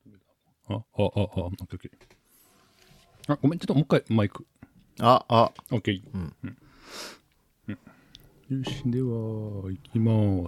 オッケーオッケー。あ、ごめん、ちょっともう一回マイク。オッケー。よし、では、行きます。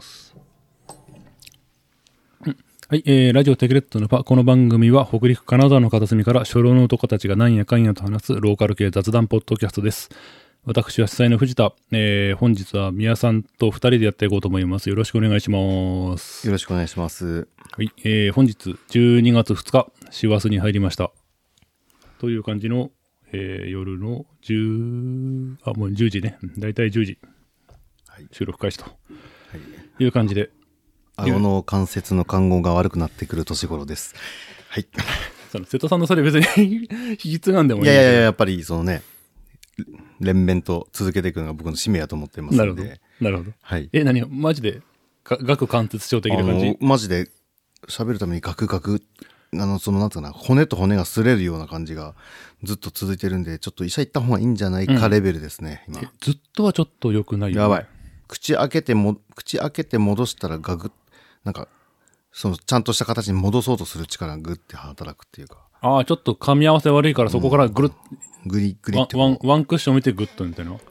はい、ラジオテクレットのパ。この番組は北陸金沢の片隅から初老の男たちがなんやかんやと話すローカル系雑談ポッドキャストです。私は主催の藤田、本日は宮さんと2人でやっていこうと思います。よろしくお願いします。 よろしくお願いします。 はい、本日12月2日、師走に入りました。という感じの、夜のもう10時ね。だいたい10時。はい、収録開始という感じで。 顎の関節の看護が悪くなってくる年頃です。はい。 瀬戸さんのそれ別に引き継がんでもいい。 いややっぱりそのね、連綿と続けていくのが僕の使命やと思ってますので。 なるほど。 はい。 何マジで顎関節症的な感じ？ マジで喋るためにガクなんていうかな、骨と骨が擦れるような感じがずっと続いてるんで、ちょっと医者行った方がいいんじゃないかレベルですね、今。 ずっとはちょっと良くないよね。 やばい。口開けて戻したらガグッ、なんか、ちゃんとした形に戻そうとする力がグッて働くっていうか。 ああ、ちょっと噛み合わせ悪いからそこからぐるっ、 グリってワンクッション見てグッとみたいな。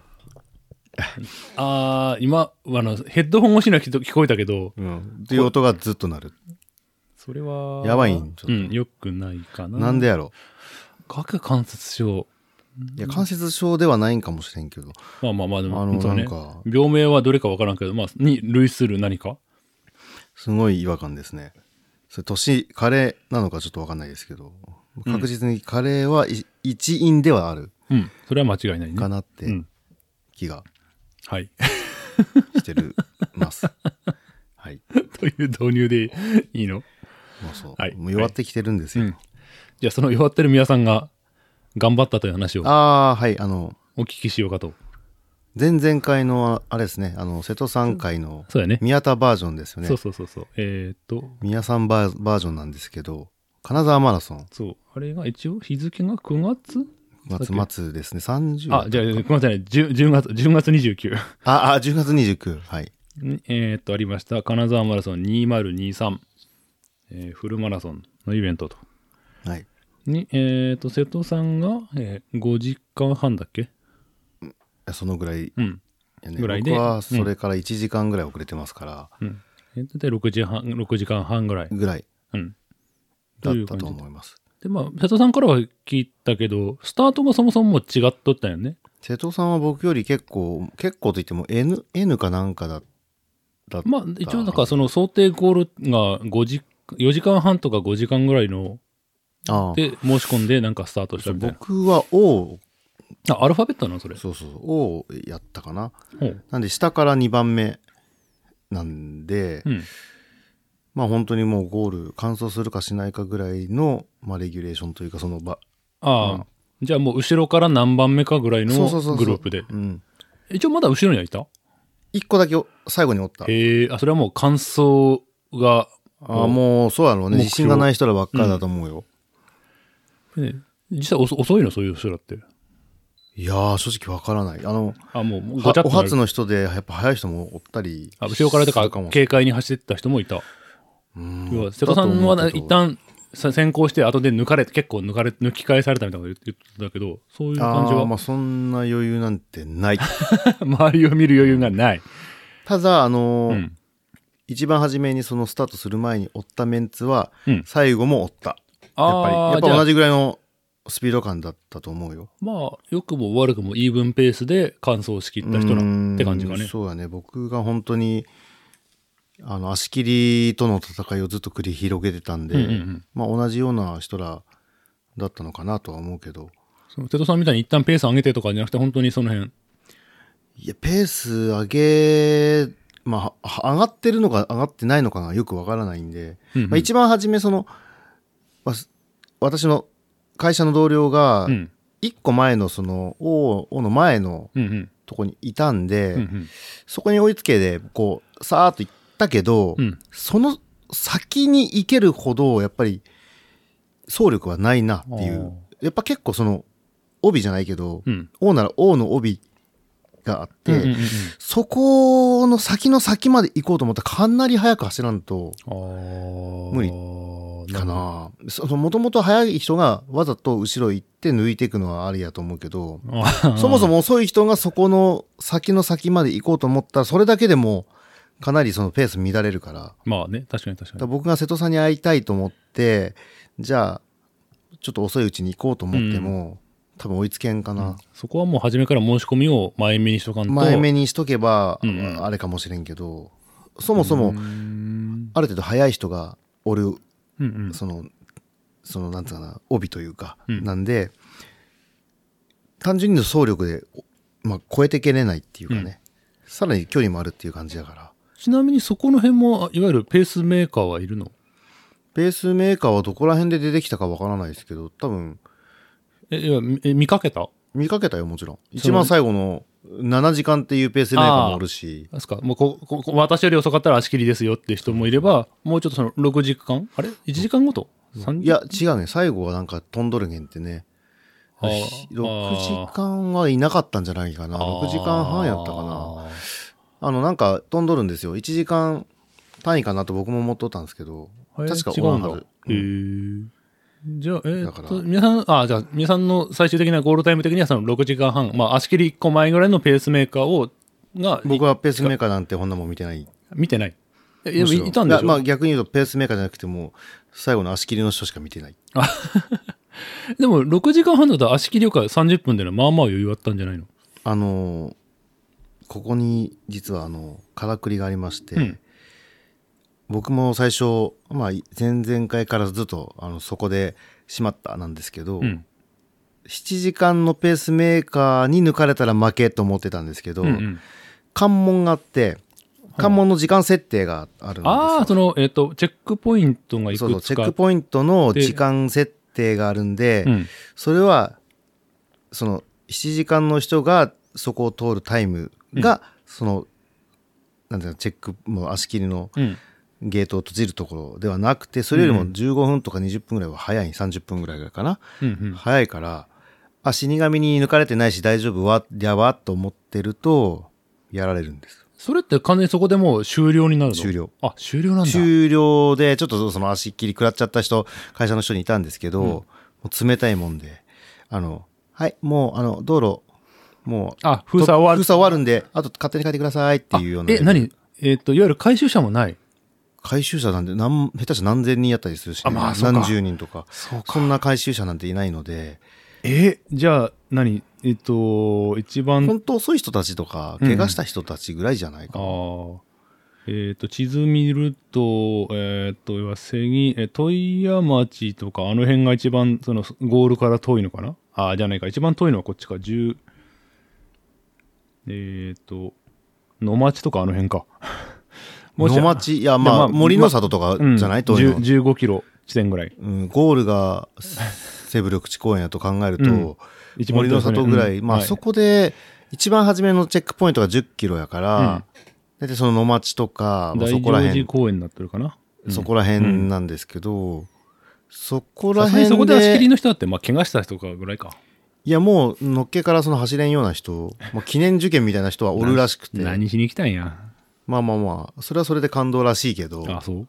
今、ヘッドホン越しには聞こえたけど。 っていう音がずっと鳴る。 それは。 やばいんちょっと。 よくないかな。 なんでやろ。 顎関節症。 いや、関節症ではないんかもしれんけど。 でも、なんか。病名はどれかわからんけど、に類する何か？ すごい違和感ですね。それ加齢なのかちょっとわかんないですけど、確実に加齢は一因ではある。 それは間違いないね。 かなって気が。 はい。 してます。はい。 という導入でいいの？ そう。はい、もう弱ってきてるんですよ。 じゃあその弱ってる宮さんが頑張ったという話を。 はい。 お聞きしようかと。 前々回のあれですね、瀬戸さん回の宮田バージョンですよね。 そう。 宮さんバージョンなんですけど、金沢マラソン。 そう。あれが一応日付が9月 ?9 月末ですね。30。 じゃあ9月じゃない、10月29。 10月29。はい。 ありました。金沢マラソン2023、フルマラソンのイベントと。 はい。 に、瀬戸さんが、5時間半だっけ？ そのぐらい。 ぐらいで。 僕はそれから1時間ぐらい遅れてますから。 大体6時間半ぐらい。 だったと思います。 で、瀬戸さんからは聞いたけど、スタートがそもそも違っとったよね。 瀬戸さんは僕より結構といっても N かなんかだった。 一応なんかその想定ゴールが4時間半とか5時間ぐらいので申し込んでなんかスタートしたみたいな。 僕は O。 アルファベットなのそれ。 そう。O やったかな。なんで下から2番目なんで、本当にもうゴール完走するかしないかぐらいの、レギュレーションというかその場。 じゃあもう後ろから何番目かぐらいのグループで。一応まだ後ろにはいた ？1個だけ最後におった。 それはもう完走が。 もうそうやろうね。自信がない人らばっかりだと思うよ。 実際遅いのそういう人らって。 いやー、正直わからない。 もうごちゃっとお初の人でやっぱ速い人もおったり。 後ろからとか軽快に走ってった人もいた。瀬戸さんは一旦先行して後で抜き返されたみたいなこと言ってたけど、そういう感じは。 そんな余裕なんてない。 周りを見る余裕がない。 ただ一番初めにそのスタートする前に追ったメンツは、最後も追った。やっぱ同じぐらいのスピード感だったと思うよ。 良くも悪くもイーブンペースで完走しきった人らって感じかね。 そうやね。僕が本当に足切りとの戦いをずっと繰り広げてたんで、同じような人らだったのかなとは思うけど。 瀬戸さんみたいに一旦ペース上げてとかじゃなくて本当にその辺。 いや、ペース上げ、上がってるのか上がってないのかがよくわからないんで、一番初め私の会社の同僚が一個前のその O の前のとこにいたんで、そこに追いつけでこうさーっと行ったけど、その先に行けるほどやっぱり走力はないなっていう。やっぱ結構その帯じゃないけど、O なら O の帯があって、そこの先の先まで行こうと思ったらかなり速く走らんと無理。 かな。もともと速い人がわざと後ろ行って抜いていくのはありやと思うけど、そもそも遅い人がそこの先の先まで行こうと思ったら、それだけでもかなりそのペース乱れるから。 まあね、確かに確かに。 僕が瀬戸さんに会いたいと思って、じゃあ、ちょっと遅いうちに行こうと思っても、多分追いつけんかな、 そこはもう初めから申し込みを前目にしとかんと。 前目にしとけば、あれかもしれんけど、そもそも、ある程度速い人がおる、その、なんつうかな、帯というか、なんで、単純にの走力で、超えていけれないっていうかね、さらに距離もあるっていう感じだから。 ちなみにそこの辺も、いわゆるペースメーカーはいるの？ ペースメーカーはどこら辺で出てきたかわからないですけど、多分。 見かけた？ 見かけたよ、もちろん。一番最後の7時間っていうペースメーカーもおるし。 ですか。もう私より遅かったら足切りですよっていう人もいれば、もうちょっとその6時間あれ ?1 時間ごと？ いや、違うね。最後はなんか飛んどるげんってね。6時間はいなかったんじゃないかな。6時間半やったかな。なんか飛んどるんですよ。1時間単位かなと僕も思っとったんですけど。確か違うんだ。じゃあ、皆さんの最終的なゴールタイム的にはその6時間半、足切り1個前ぐらいのペースメーカーが。 僕はペースメーカーなんてこんなもん見てない。 見てない。いたんでしょ？ 逆に言うとペースメーカーじゃなくても、最後の足切りの人しか見てない。 でも、6時間半だと足切りか30分でのまあまあ余裕あったんじゃないの？ ここに実はからくりがありまして、僕も最初、前々回からずっとそこでしまったなんですけど、7時間のペースメーカーに抜かれたら負けと思ってたんですけど、関門があって、関門の時間設定があるんですよ。 チェックポイントがいくつか。 そう、チェックポイントの時間設定があるんで、それは、7時間の人がそこを通るタイムが、なんていうの、チェック、もう足切りの、ゲートを閉じるところではなくて、それよりも15分とか20分ぐらいは早い、30分ぐらいかな。早いから、死神に抜かれてないし大丈夫わ、やばと思ってると、やられるんです。 それって完全にそこでもう終了になるの？ 終了。 終了なんだ。 終了で、ちょっとその足切り食らっちゃった人、会社の人にいたんですけど、もう冷たいもんで、はい、もう、道路、もう、 封鎖終わるんで、あと勝手に帰ってくださいっていうような。 何？いわゆる回収車もない？ 回収車なんで、下手したら何千人やったりするし、ね、何十人とか。そんな回収車なんていないので。 じゃあ一番。 本当遅い人たちとか、怪我した人たちぐらいじゃないかな。 地図見ると、問屋町とか、あの辺が一番、ゴールから遠いのかな？じゃないか。一番遠いのはこっちか。野町とかあの辺か。 野町、いや、森の里とかじゃないと、 15キロ地点ぐらい。 ゴールが西武緑地公園やと考えると、森の里ぐらい、そこで、一番初めのチェックポイントが10キロやから、だいたいその野町とか、 そこら辺。大乗寺公園になってるかな。 そこら辺なんですけど、そこら辺で。 そこで足切りの人だって、怪我した人かぐらいか。 いや、もう、のっけから走れんような人、記念受験みたいな人はおるらしくて。 何しに来たんや。 それはそれで感動らしいけど。 そう？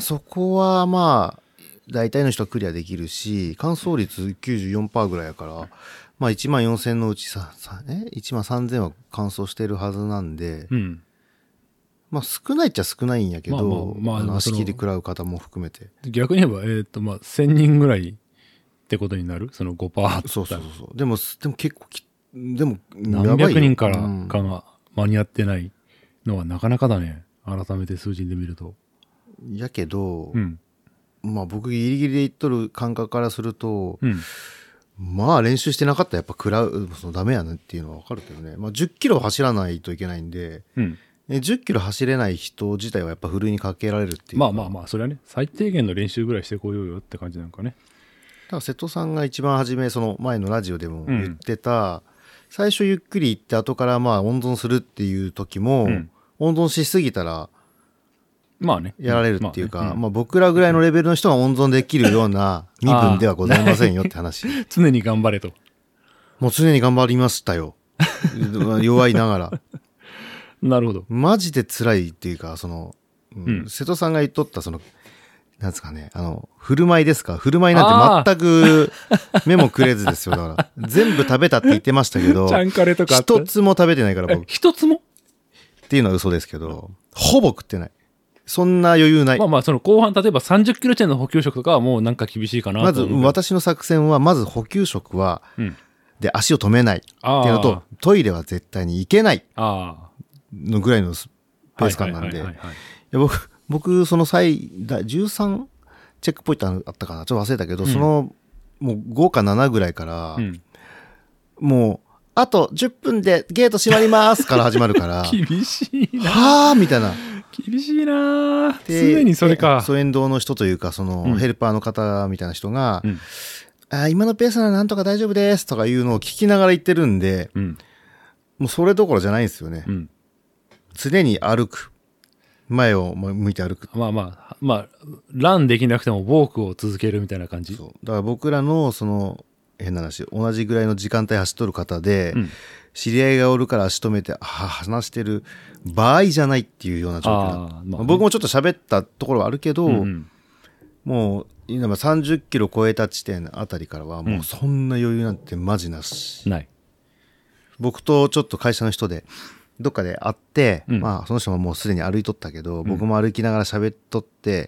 そこは大体の人はクリアできるし、完走率 94% ぐらいやから、14,000のうち13,000は完走してるはずなんで、少ないっちゃ少ないんやけど、足切り食らう方も含めて。 逆に言えば、1000人ぐらいってことになる？その 5%。 そう。でも結構何百人からかが間に合ってないのはなかなかだね。改めて数字で見ると。 やけど、僕ギリギリで言っとる感覚からすると、練習してなかったらやっぱ食らう、ダメやねっていうのはわかるけどね。10キロ走らないといけないんで、10キロ走れない人自体はやっぱふるいにかけられるっていうか。 それはね、最低限の練習ぐらいしてこようよって感じなんかね。 だから瀬戸さんが一番初め、その前のラジオでも言ってた、最初ゆっくり行って後から温存するっていう時も、温存しすぎたら、やられるっていうか、僕らぐらいのレベルの人が温存できるような身分ではございませんよって話。 常に頑張れと。 もう常に頑張りましたよ。弱いながら。 なるほど。 マジで辛いっていうか、瀬戸さんが言っとった、 なんですかね、振る舞いですか？振る舞いなんて全く目もくれずですよ。だから、全部食べたって言ってましたけど、 ちゃんカレとかあった一つも食べてないから僕。 一つもっていうのは嘘ですけど、ほぼ食ってない。そんな余裕ない。 まあまあ、その後半、例えば30キロ地点の補給食とかはもうなんか厳しいかなまず、私の作戦は、まず補給食は、で、足を止めないっていうのと、トイレは絶対に行けないのぐらいのペース感なんで、僕、その13チェックポイントあったかな、ちょっと忘れたけど、その、もう5か7ぐらいから、もう、あと10分でゲート閉まりますから始まるから。 厳しいな。 はぁみたいな。 厳しいな。常にそれか。 沿道の人というか、その、ヘルパーの方みたいな人が、今のペースならなんとか大丈夫ですとかいうのを聞きながら言ってるんで、もうそれどころじゃないんですよね。常に歩く。前を向いて歩く。 まあ、ランできなくてもウォークを続けるみたいな感じ。 そう。だから僕らの、その、変な話、同じぐらいの時間帯走っとる方で、知り合いがおるから足止めて、話してる場合じゃないっていうような状況。僕もちょっと喋ったところはあるけど、もう、今30キロ超えた地点あたりからは、もうそんな余裕なんてマジなし。 ない。 僕とちょっと会社の人で、どっかで会って、まあその人ももうすでに歩いとったけど、僕も歩きながら喋っとって、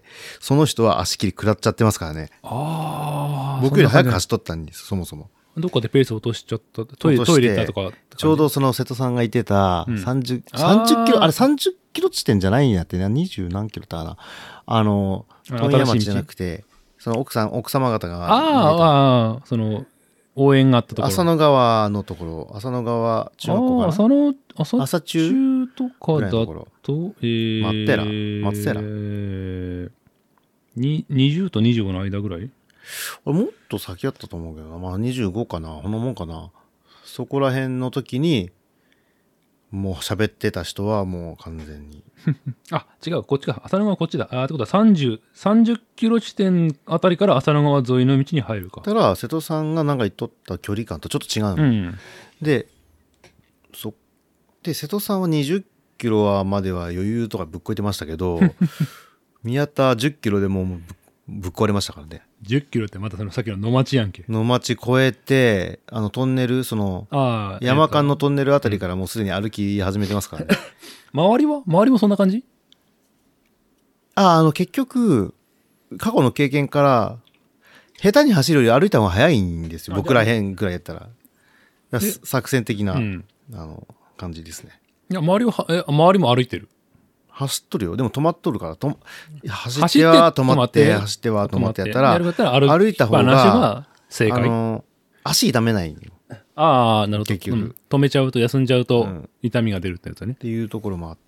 その人は足切り食らっちゃってますからね。僕より早く走っとったんです、そもそも。 どっかでペース落としちゃった。トイレ行ったとか。 ちょうどその瀬戸さんが言ってた30キロ、あれ30キロ地点じゃないんやってね、20何キロだったかな。問屋町じゃなくて、その奥様方が。 その、応援があったところ。 浅野川のところ、浅野川中学校かな。朝中とかだと、 松寺。 20と25の間ぐらい？ もっと先やったと思うけどな。まあ25かな。こんなもんかな。そこら辺の時に、もう喋ってた人はもう完全に。 あ、違う、こっちか。浅野川こっちだ。ってことは30キロ地点あたりから浅野川沿いの道に入るか。 だから瀬戸さんがなんか言っとった距離感とちょっと違うの。で、瀬戸さんは20キロまでは余裕とかぶっこいてましたけど、宮田10キロでもうぶっ壊れましたからね。 10キロってまたそのさっきの野町やんけ。 野町越えて、トンネル、その、山間のトンネルあたりからもうすでに歩き始めてますからね。 周りもそんな感じ？ 結局、過去の経験から、下手に走るより歩いた方が早いんですよ。僕ら辺ぐらいやったら。作戦的な、感じですね。 いや、周りも歩いてる。 走っとるよ。でも止まっとるから、走っては止まって、走っては止まってやったら、歩いた方が、 正解。 足痛めない。 なるほど。 結局、 止めちゃうと、休んじゃうと、痛みが出るってやつだね。 っていうところもあって。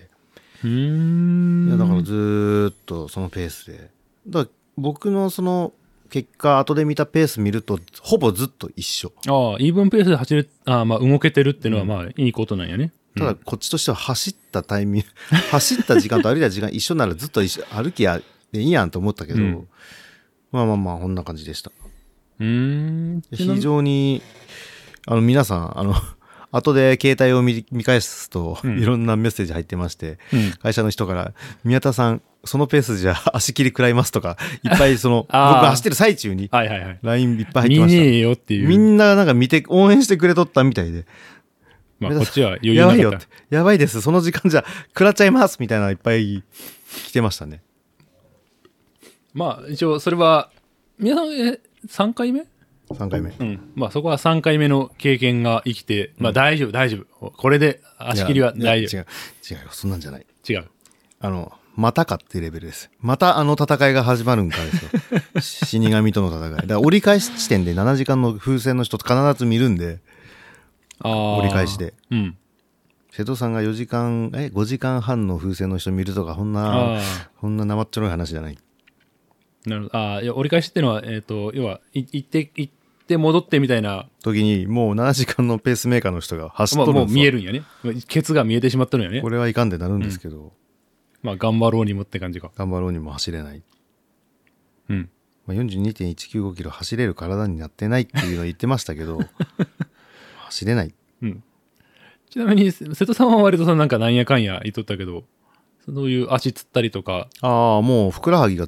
いや、だからずーっとそのペースで。だから僕のその、結果、後で見たペース見ると、ほぼずっと一緒。 イーブンペースで走れ、動けてるっていうのは、まあ、いいことなんやね。 ただ、こっちとしては走ったタイミング、走った時間と歩いた時間一緒ならずっと歩きやでいいやんと思ったけど、まあ、こんな感じでした。非常に、皆さん、後で携帯を見返すと、いろんなメッセージ入ってまして、会社の人から、宮田さん、そのペースじゃ足切り食らいますとか、いっぱい僕が走ってる最中に、LINE いっぱい入ってました。 見ねえよっていう。 みんななんか応援してくれとったみたいで。 まあ、こっちは余裕なかった。 やばいよって。やばいです。その時間じゃ食らっちゃいますみたいなのいっぱい来てましたね。 まあ、一応、それは、皆さん、3回目 ?3 回目。 まあ、そこは3回目の経験が生きて、まあ、大丈夫。これで足切りは大丈夫。違うよ。そんなんじゃない。 違う。 またかっていうレベルです。また戦いが始まるんかですよ。死神との戦い。だから折り返し地点で7時間の風船の人必ず見るんで、折り返しで。瀬戸さんが5時間半の風船の人見るとか、こんな生っちょろい話じゃない。 なるほど。いや折り返しっていうのは、要は、行って戻ってみたいな。 時に、もう7時間のペースメーカーの人が走っとるんですよ。 もう見えるんやね。ケツが見えてしまったのよね。 これはいかんでなるんですけど。 まあ、頑張ろうにもって感じか。 頑張ろうにも走れない。42.195 キロ走れる体になってないっていうのを言ってましたけど、走れない。 ちなみに、瀬戸さんは割となんかなんやかんや言っとったけど、そういう足つったりとか。 もうふくらはぎがつっ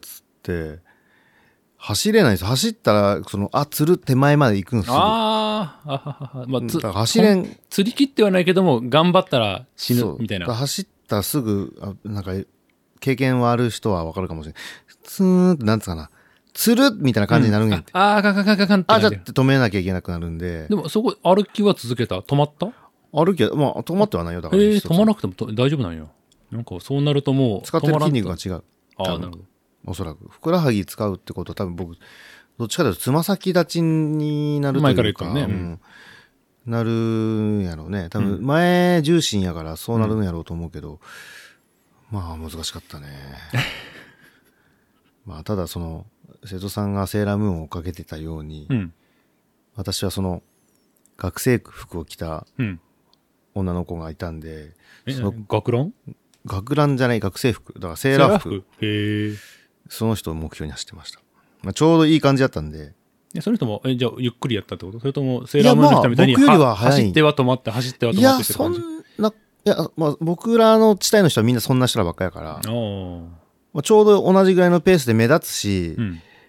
って走れないです。走ったら釣る手前まで行くんですよ。 まあ、 走れん、 釣り切ってはないけども頑張ったら死ぬみたいな。 走ったらすぐなんか経験はある人は分かるかもしれない。ツーンってなんつうかな、釣るみたいな感じになるんやって。 ガンって。 じゃって止めなきゃいけなくなるんで。 でもそこ歩きは続けた？止まった？ 歩きはまあ止まってはないよ。だから止まらなくても大丈夫なんや。なんかそうなるともう使ってる筋肉が違う。 なるほど。 おそらくふくらはぎ使うってことは多分僕どっちかというとつま先立ちになるというか、 前から言ったね、 なるんやろうね。多分前重心やからそうなるんやろうと思うけど、まあ難しかったね。まあただ瀬戸さんがセーラームーンをかけてたように、私は学生服を着た女の子がいたんで、 学ラン？ 学ランじゃない、学生服だからセーラー服。 へえ。 その人を目標に走ってました。まあ、ちょうどいい感じだったんで。 その人もじゃあゆっくりやったってこと？それともセーラームーンの人みたいに僕よりは早い。 走っては止まって走っては止まってって感じ？ まあ僕らの地帯の人はみんなそんな人らばっかやから、まあ、ちょうど同じぐらいのペースで目立つし、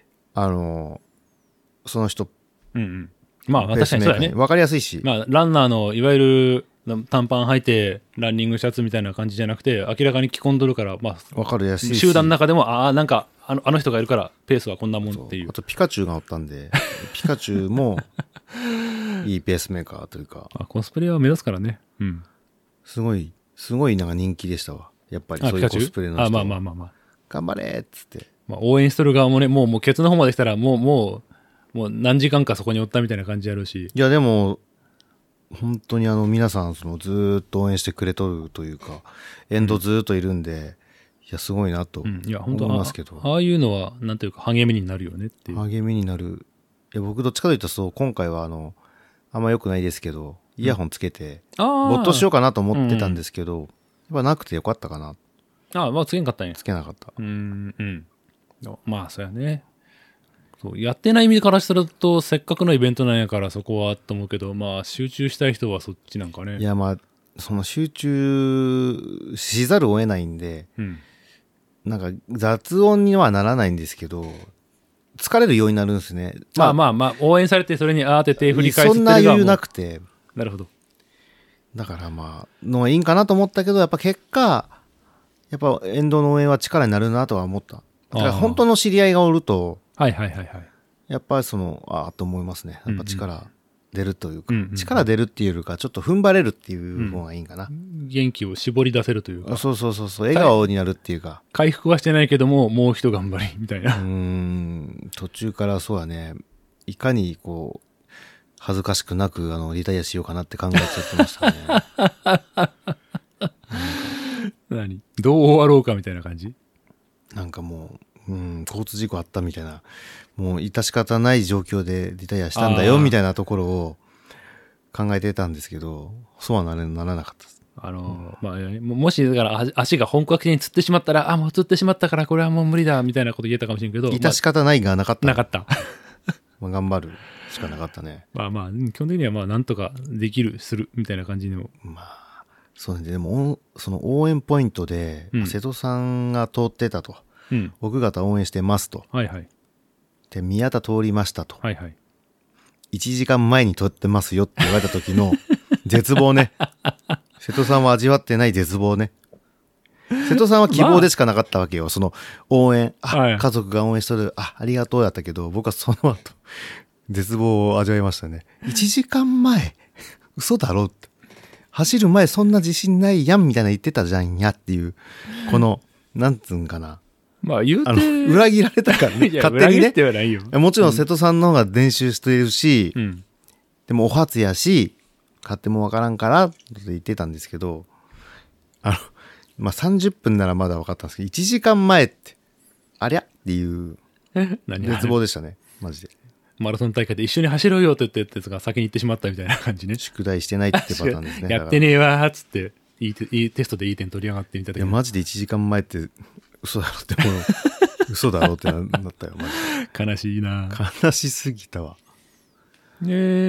その人、 まあ確かにそうだね。 わかりやすいし、 まあランナーのいわゆる短パン履いてランニングシャツみたいな感じじゃなくて明らかに着込んどるから、まあわかりやすいし、 集団の中でもなんかあの人がいるからペースはこんなもんっていう。 あとピカチュウがおったんでピカチュウもいいペースメーカーというかコスプレは目立つからね。 すごいなんか人気でしたわ。やっぱりそういうコスプレの人。 まあ頑張れっつって、 応援しとる側もね、もうケツの方まで来たらもう何時間かそこにおったみたいな感じあるし。 いやでも本当に皆さんずーっと応援してくれとるというかエンドずーっといるんで、いやすごいなと思いますけど、 ああいうのはなんていうか励みになるよねっていう。 励みになる。いや僕どっちかというと今回はあんま良くないですけどイヤホンつけて没頭しようかなと思ってたんですけど、やっぱなくてよかったかな。 まあつけんかったんや。 つけなかった。 まあそうやね。そうやってない意味からするとせっかくのイベントなんやからそこはと思うけど、まあ集中したい人はそっちなんかね。 いやまあ集中しざるを得ないんで、なんか雑音にはならないんですけど疲れるようになるんですね。 まあ応援されてそれに当てて振り返ってるがそんな余裕なくて。 なるほど。 だからまあのがいいんかなと思ったけど、やっぱ結果やっぱ沿道の応援は力になるなとは思った。だから本当の知り合いがおると、やっぱりと思いますね。やっぱ力出るというか、力出るっていうよりかちょっと踏ん張れるっていう方がいいんかな。 元気を絞り出せるというか。 そう笑顔になるっていうか。 回復はしてないけどももう一頑張りみたいな。 途中からそうだね。いかに恥ずかしくなくリタイアしようかなって考えちゃってましたね。 何？どう終わろうかみたいな感じ？ なんかもう、交通事故あったみたいな、もう致し方ない状況でリタイアしたんだよみたいなところを考えてたんですけど、そうはならなかったです。 もしだから足が本格的につってしまったら、もうつってしまったからこれはもう無理だみたいなこと言えたかもしれんけど、 致し方ないがなかった。 なかった。 頑張るしかなかったね。 基本的にはなんとかできるするみたいな感じの。 そうね。でもその応援ポイントで、瀬戸さんが通ってたと、奥方応援してますと、で宮田通りましたと、1時間前に通ってますよって言われた時の絶望ね。瀬戸さんは味わってない絶望ね。瀬戸さんは希望でしかなかったわけよ。その応援、家族が応援しとる、ありがとうやったけど、僕はその後絶望を味わいましたね。1時間前嘘だろって、走る前そんな自信ないやんみたいな言ってたじゃんやっていう、このなんつうんかな、 言うて裏切られたからね。勝手にね。 裏切ってはないよ。 もちろん瀬戸さんの方が練習しているし、でもお初やし勝手もわからんからって言ってたんですけど、30分ならまだ分かったんですけど、1時間前ってありゃっていう絶望でしたね。マジでマラソン大会で一緒に走ろうよって言ってやつが先に行ってしまったみたいな感じね。 宿題してないってパターンですね。 やってねえわーっつっていいテストでいい点取り上がってみたいな。 いやマジで1時間前って嘘だろってもう嘘だろってなったよマジで。 悲しいな。 悲しすぎたわ。 あ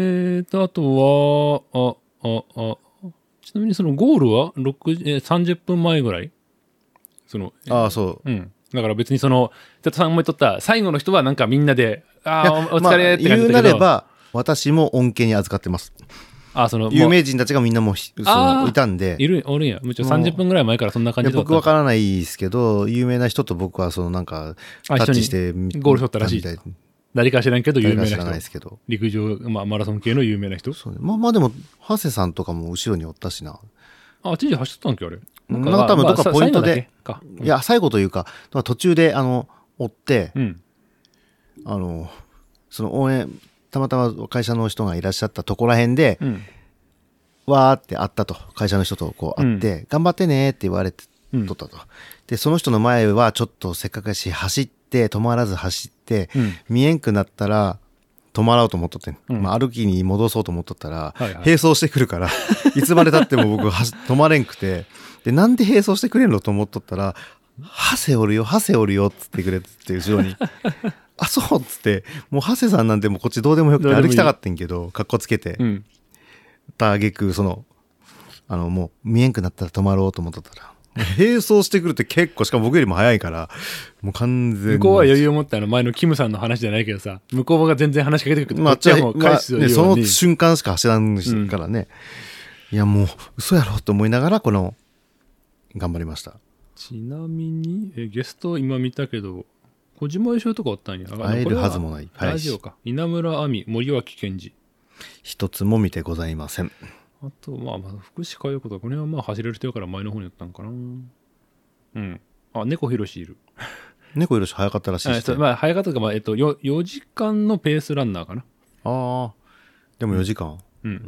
とはちなみにそのゴールは30分前ぐらい。 そう、 だから別にその瀬戸さんも言っとった最後の人はなんかみんなで「ああお疲れ」って感じだけど、 言うなれば私も恩恵に預かってます。 あ、その有名人たちがみんなもういたんで、 おるんや。もちろん30分ぐらい前からそんな感じだった。 僕わからないですけど、有名な人と僕はそのなんかタッチしてゴールしとったらしい。誰か知らんけど有名な人。 誰か知らないですけど。 陸上、マラソン系の有名な人。 そうね。まあでも長谷さんとかも後ろにおったしな。 あ、知事走っとったんけあれ。 なんか多分どっかポイントで、いや最後というか途中で追って、その応援たまたま会社の人がいらっしゃったところらへんで、わーって会ったと、会社の人とこう会って、頑張ってねって言われてとったと。でその人の前はちょっとせっかくやし走って止まらず走って、見えんくなったら止まろうと思っとって、歩きに戻そうと思っとったら、並走してくるからいつまでたっても僕止まれんくて、でなんで並走してくれんのと思っとったら、ハセおるよハセおるよっつってくれって後ろにあそうっつって、もうハセさんなんてもうこっちどうでもよくて歩きたかったんけどかっこつけて、たあげくもう見えんくなったら止まろうと思っとったら並走してくるって結構、しかも僕よりも早いからもう完全に向こうは余裕を持って前のキムさんの話じゃないけどさ、向こうが全然話しかけてくる、こっちはもう返すように、 その瞬間しか走らんからね、いやもう嘘やろと思いながら頑張りました。 ちなみにゲスト今見たけど小島よしおとかおったんや。 会えるはずもない。 ラジオか。稲村亜美、森脇健児。 一つも見てございません。 あと福士加代子とかこれは走れる人やから前の方におったんかな。あ、猫ひろしいる。 猫ひろし早かったらしいし、 早かったか4時間のペースランナーかな。 ああ、でも4時間。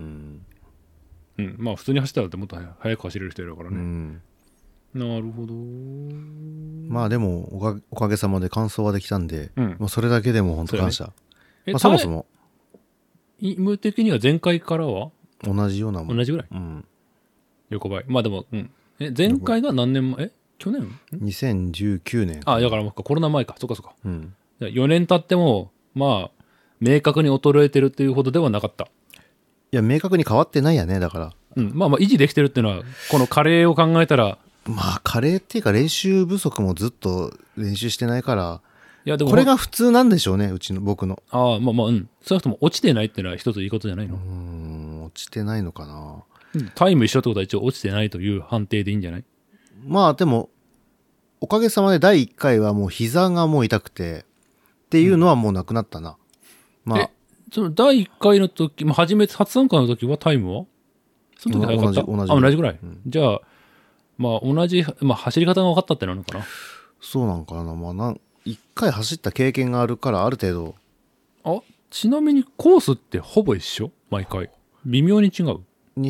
普通に走ったらってもっと早く走れる人いるからね。なるほど。 まあでもおかげさまで完走はできたんで、それだけでも本当感謝。そもそも無的には前回からは同じようなもん。 同じぐらい。横ばい。まあでも、前回が何年前？去年 ？2019年。 あ、だからコロナ前か。そっか。4年経ってもまあ明確に衰えてるっていうほどではなかった。 いや明確に変わってないやね、だから。 維持できてるっていうのはこの加齢を考えたら。 加齢っていうか練習不足もずっと練習してないから、いやでもこれが普通なんでしょうね、僕の。 少なくとも落ちてないっていうのは一ついいことじゃないの？ 落ちてないのかな。 タイム一緒ってことは一応落ちてないという判定でいいんじゃない？ でもおかげさまで第1回はもう膝がもう痛くてっていうのはもうなくなったな。 その第1回の時、初参加の時はタイムはその時早かった？同じぐらい。じゃあ同じ、走り方が分かったってなのかな。 そうなんかな。一回走った経験があるからある程度。ちなみにコースってほぼ一緒？毎回微妙に違う。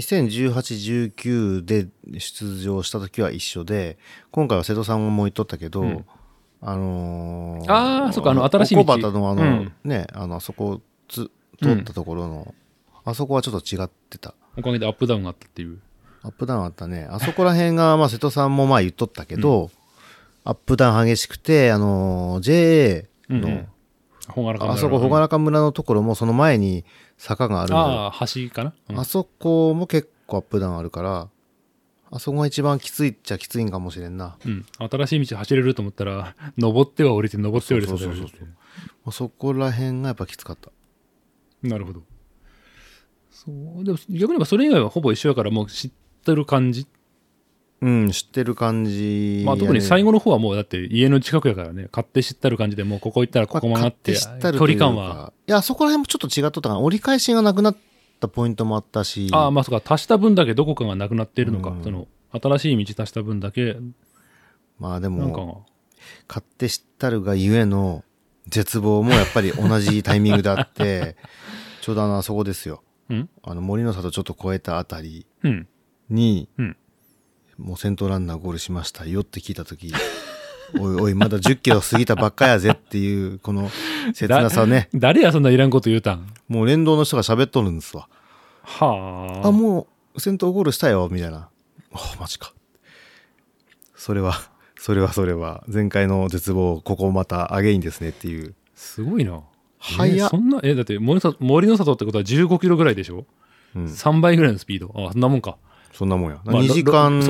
2018、19で出場した時は一緒で、今回は瀬戸さんも言っとったけど、 そっか、新しい道。 小畑のあそこ通ったところの、あそこはちょっと違ってた。 おかげでアップダウンがあったっていう。 アップダウンあったね。あそこら辺が瀬戸さんも言っとったけど、アップダウン激しくてJA の、あそこ朗らか村のところもその前に坂があるんで、橋かな、 あそこも結構アップダウンあるから、あそこが一番きついっちゃきついんかもしれんな。 新しい道走れると思ったら登っては降りて登っては降りて。 そうそこら辺がやっぱきつかった。 なるほど。そうでも逆に言えばそれ以外はほぼ一緒やからもう知ってる感じ。 知ってる感じ、 特に最後の方はもうだって家の近くやからね、勝手知ったる感じでもうここ行ったらここ曲がって距離感は。 いやそこら辺もちょっと違っとったから、折り返しがなくなったポイントもあったし。 そうか、足した分だけどこかがなくなっているのか、その新しい道足した分だけ。 でも勝手知ったるがゆえの絶望もやっぱり同じタイミングであってちょうどあそこですよ。森の里ちょっと越えたあたりに、もう先頭ランナーゴールしましたよって聞いたときおいまだ10キロ過ぎたばっかやぜっていうこの切なさね。 誰やそんないらんこと言うたん。 もう連動の人が喋っとるんですわ。もう先頭ゴールしたよみたいな。マジか。それは前回の絶望ここまたアゲインですねっていう。 すごいな。 早っ。 そんなだって森の里ってことは15キロぐらいでしょ、3倍ぐらいのスピード。そんなもんか。 そんなもんや。2時間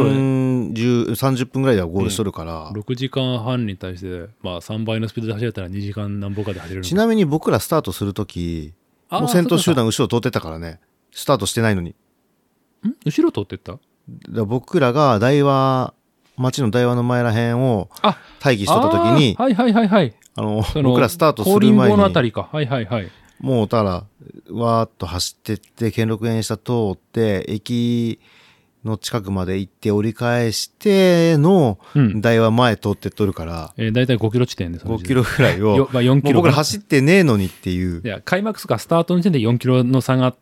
30分ぐらいではゴールしとるから。 6時間半に対して、まあ3倍のスピードで走れたら2時間何歩かで走れるのか。 ちなみに僕らスタートするとき、もう先頭集団後ろ通ってたからね。スタートしてないのに。 後ろ通ってった？ 僕らが町の台湾の前らへんを待機しとったときに、 はいはいはいはい。 僕らスタートする前に、 のあたりか。はいはいはい。 もうたら、わーっと走ってって、兼六園下通って、駅の近くまで行って折り返しての台湾前通ってっとるから、 だいたい5キロ地点で 5キロぐらいを、 まあ、4キロ僕ら走ってねえのにっていう。 いや、開幕すかスタートの時点で4キロの差があって、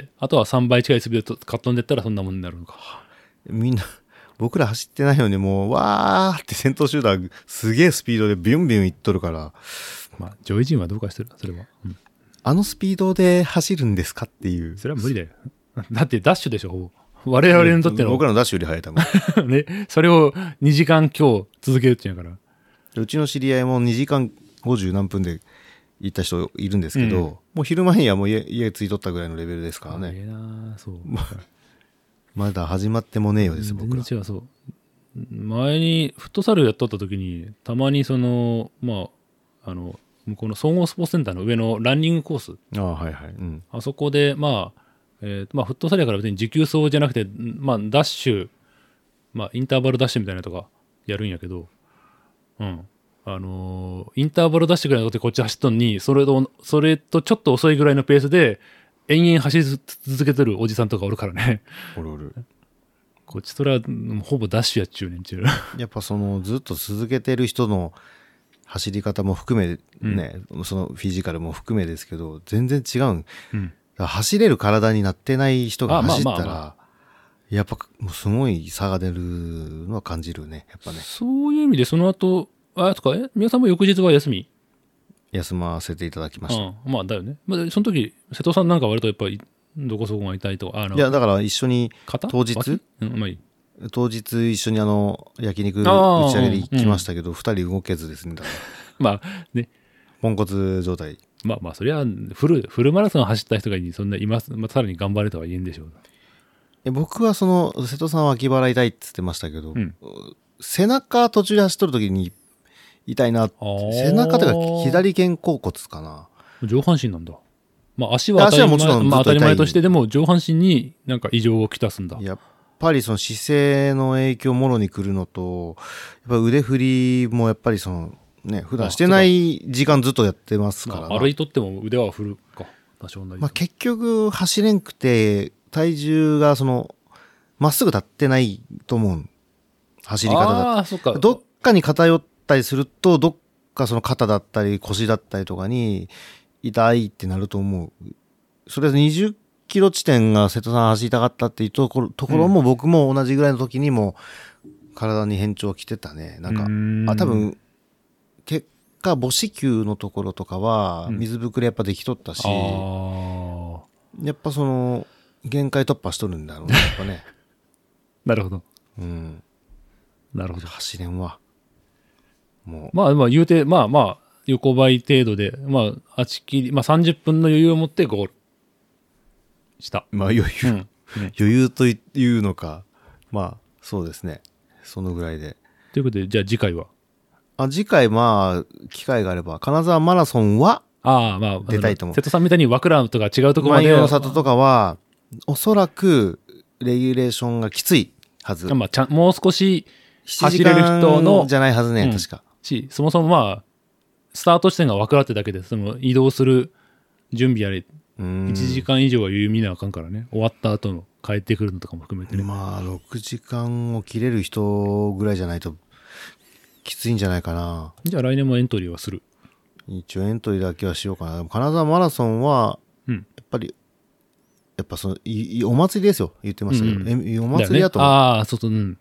あとは3倍近いスピードでかっ飛んでったらそんなもんになるのか。 みんな、僕ら走ってないのにもう、わーって先頭集団すげえスピードでビュンビュン行っとるから。 まあ、上位陣はどうかしてるそれは。 あのスピードで走るんですかっていう。 それは無理だよ。だってダッシュでしょ、ほぼ。我々にとっての。 僕らのダッシュより速いたもん。 ね、それを2時間今日続けるっていうんやから。 うちの知り合いも2時間50何分で行った人いるんですけど、もう昼前にはもう家着いとったぐらいのレベルですからね。 そう。 まだ始まってもねえようです、僕ら。 全然違う、そう。前にフットサルやっとった時に、たまに向こうの総合スポーツセンターの上のランニングコース。 はいはい。 あそこで、フットサルやから別に持久走じゃなくて、ダッシュ、インターバルダッシュみたいなのとかやるんやけど、インターバルダッシュぐらいのことでこっち走っとんに、それとちょっと遅いぐらいのペースで、延々走り続けてるおじさんとかおるからね。 おる。 こっちとら、ほぼダッシュやっちゅうねんちゅう。 やっぱずっと続けてる人の走り方も含めね、そのフィジカルも含めですけど、全然違う。走れる体になってない人が走ったら、やっぱもうすごい差が出るのは感じるね、やっぱね。 そういう意味でその後、皆さんも翌日は休み？ 休ませていただきました。 だよね。その時、瀬戸さんなんか割とやっぱり、どこそこが痛いとか。 いや、だから一緒に、当日一緒に焼肉打ち上げで行きましたけど、二人動けずですね。ポンコツ状態。 そりゃ、フルマラソン走った人がそんな今、さらに頑張れとは言えんでしょう。 僕は瀬戸さんは脇腹痛いって言ってましたけど、背中途中で走っとる時に痛いな。背中というか左肩甲骨かな。 上半身なんだ。足はもちろん当たり前としてでも上半身になんか異常をきたすんだ。 やっぱり姿勢の影響もろに来るのと、やっぱ腕振りもやっぱり普段してない時間ずっとやってますから。 歩いとっても腕は振るか。多少なり。 結局走れんくて体重がまっすぐ立ってないと思う。走り方だと。どっかに偏ったりすると、どっか肩だったり腰だったりとかに痛いってなると思う。それで20キロ地点が瀬戸さん走りたかったっていうところも僕も同じぐらいの時にも体に変調きてたね。多分、結果母子球のところとかは水ぶくれやっぱできとったし、やっぱ限界突破しとるんだろうね、やっぱね。 なるほど。 なるほど。走れんわ。もう。言うて、横ばい程度で、30分の余裕を持ってゴールした。 余裕というのか。そうですね。そのぐらいで。 ということで、じゃあ次回は次回、機会があれば、金沢マラソンは、出たいと思う。 瀬戸さんみたいに和倉とか違うところまで。 万葉の里とかは、おそらく、レギュレーションがきついはず。 もう少し走れる人の。 じゃないはずね、確か。 そもそもスタート地点が和倉ってだけで、移動する準備やれ、1時間以上は余裕見なあかんからね。終わった後の帰ってくるのとかも含めてね。 6時間を切れる人ぐらいじゃないと、きついんじゃないかな。 じゃあ来年もエントリーはする。 一応エントリーだけはしようかな。金沢マラソンは、やっぱお祭りですよ、言ってましたけど。お祭りだと思う。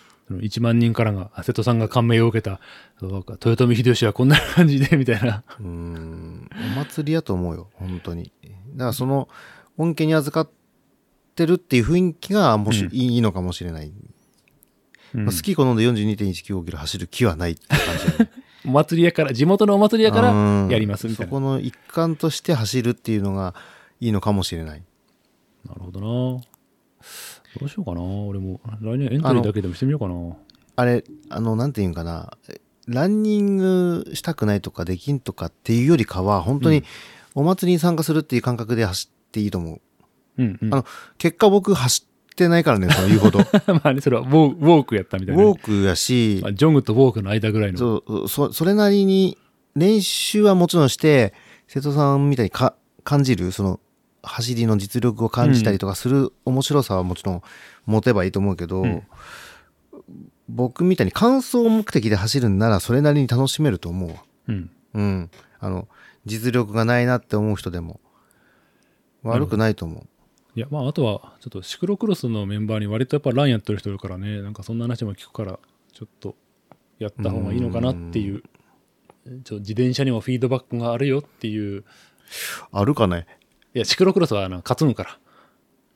1万人からが、瀬戸さんが感銘を受けた、豊臣秀吉はこんな感じで、みたいな。 お祭りやと思うよ、本当に。だから恩恵に預かってるっていう雰囲気がいいのかもしれない。スキーコ飲んで 42.195 キロ走る気はないって感じだね。 お祭りやから、地元のお祭りやからやりますみたいな。 そこの一環として走るっていうのがいいのかもしれない。 なるほどな。 どうしようかな。俺も来年エントリーだけでもしてみようかな。 あれ、なんていうんかな。ランニングしたくないとかできんとかっていうよりかは、本当にお祭りに参加するっていう感覚で走っていいと思う。 うんうん、 結果僕走ってないからね、その言うほど。 まあね、それはウォークやったみたいな、ね。 ウォークやし、 まあ、ジョグとウォークの間ぐらいの。 それなりに練習はもちろんして、瀬戸さんみたいに感じる、その、走りの実力を感じたりとかする面白さはもちろん持てばいいと思うけど、僕みたいに完走目的で走るんならそれなりに楽しめると思うわ。うん。実力がないなって思う人でも悪くないと思う。 いや、まああとはちょっとシクロクロスのメンバーに割とやっぱランやってる人いるからね、なんかそんな話も聞くからちょっとやった方がいいのかなっていう、自転車にもフィードバックがあるよっていう。 あるかね。 いや、シクロクロスは担ぐから。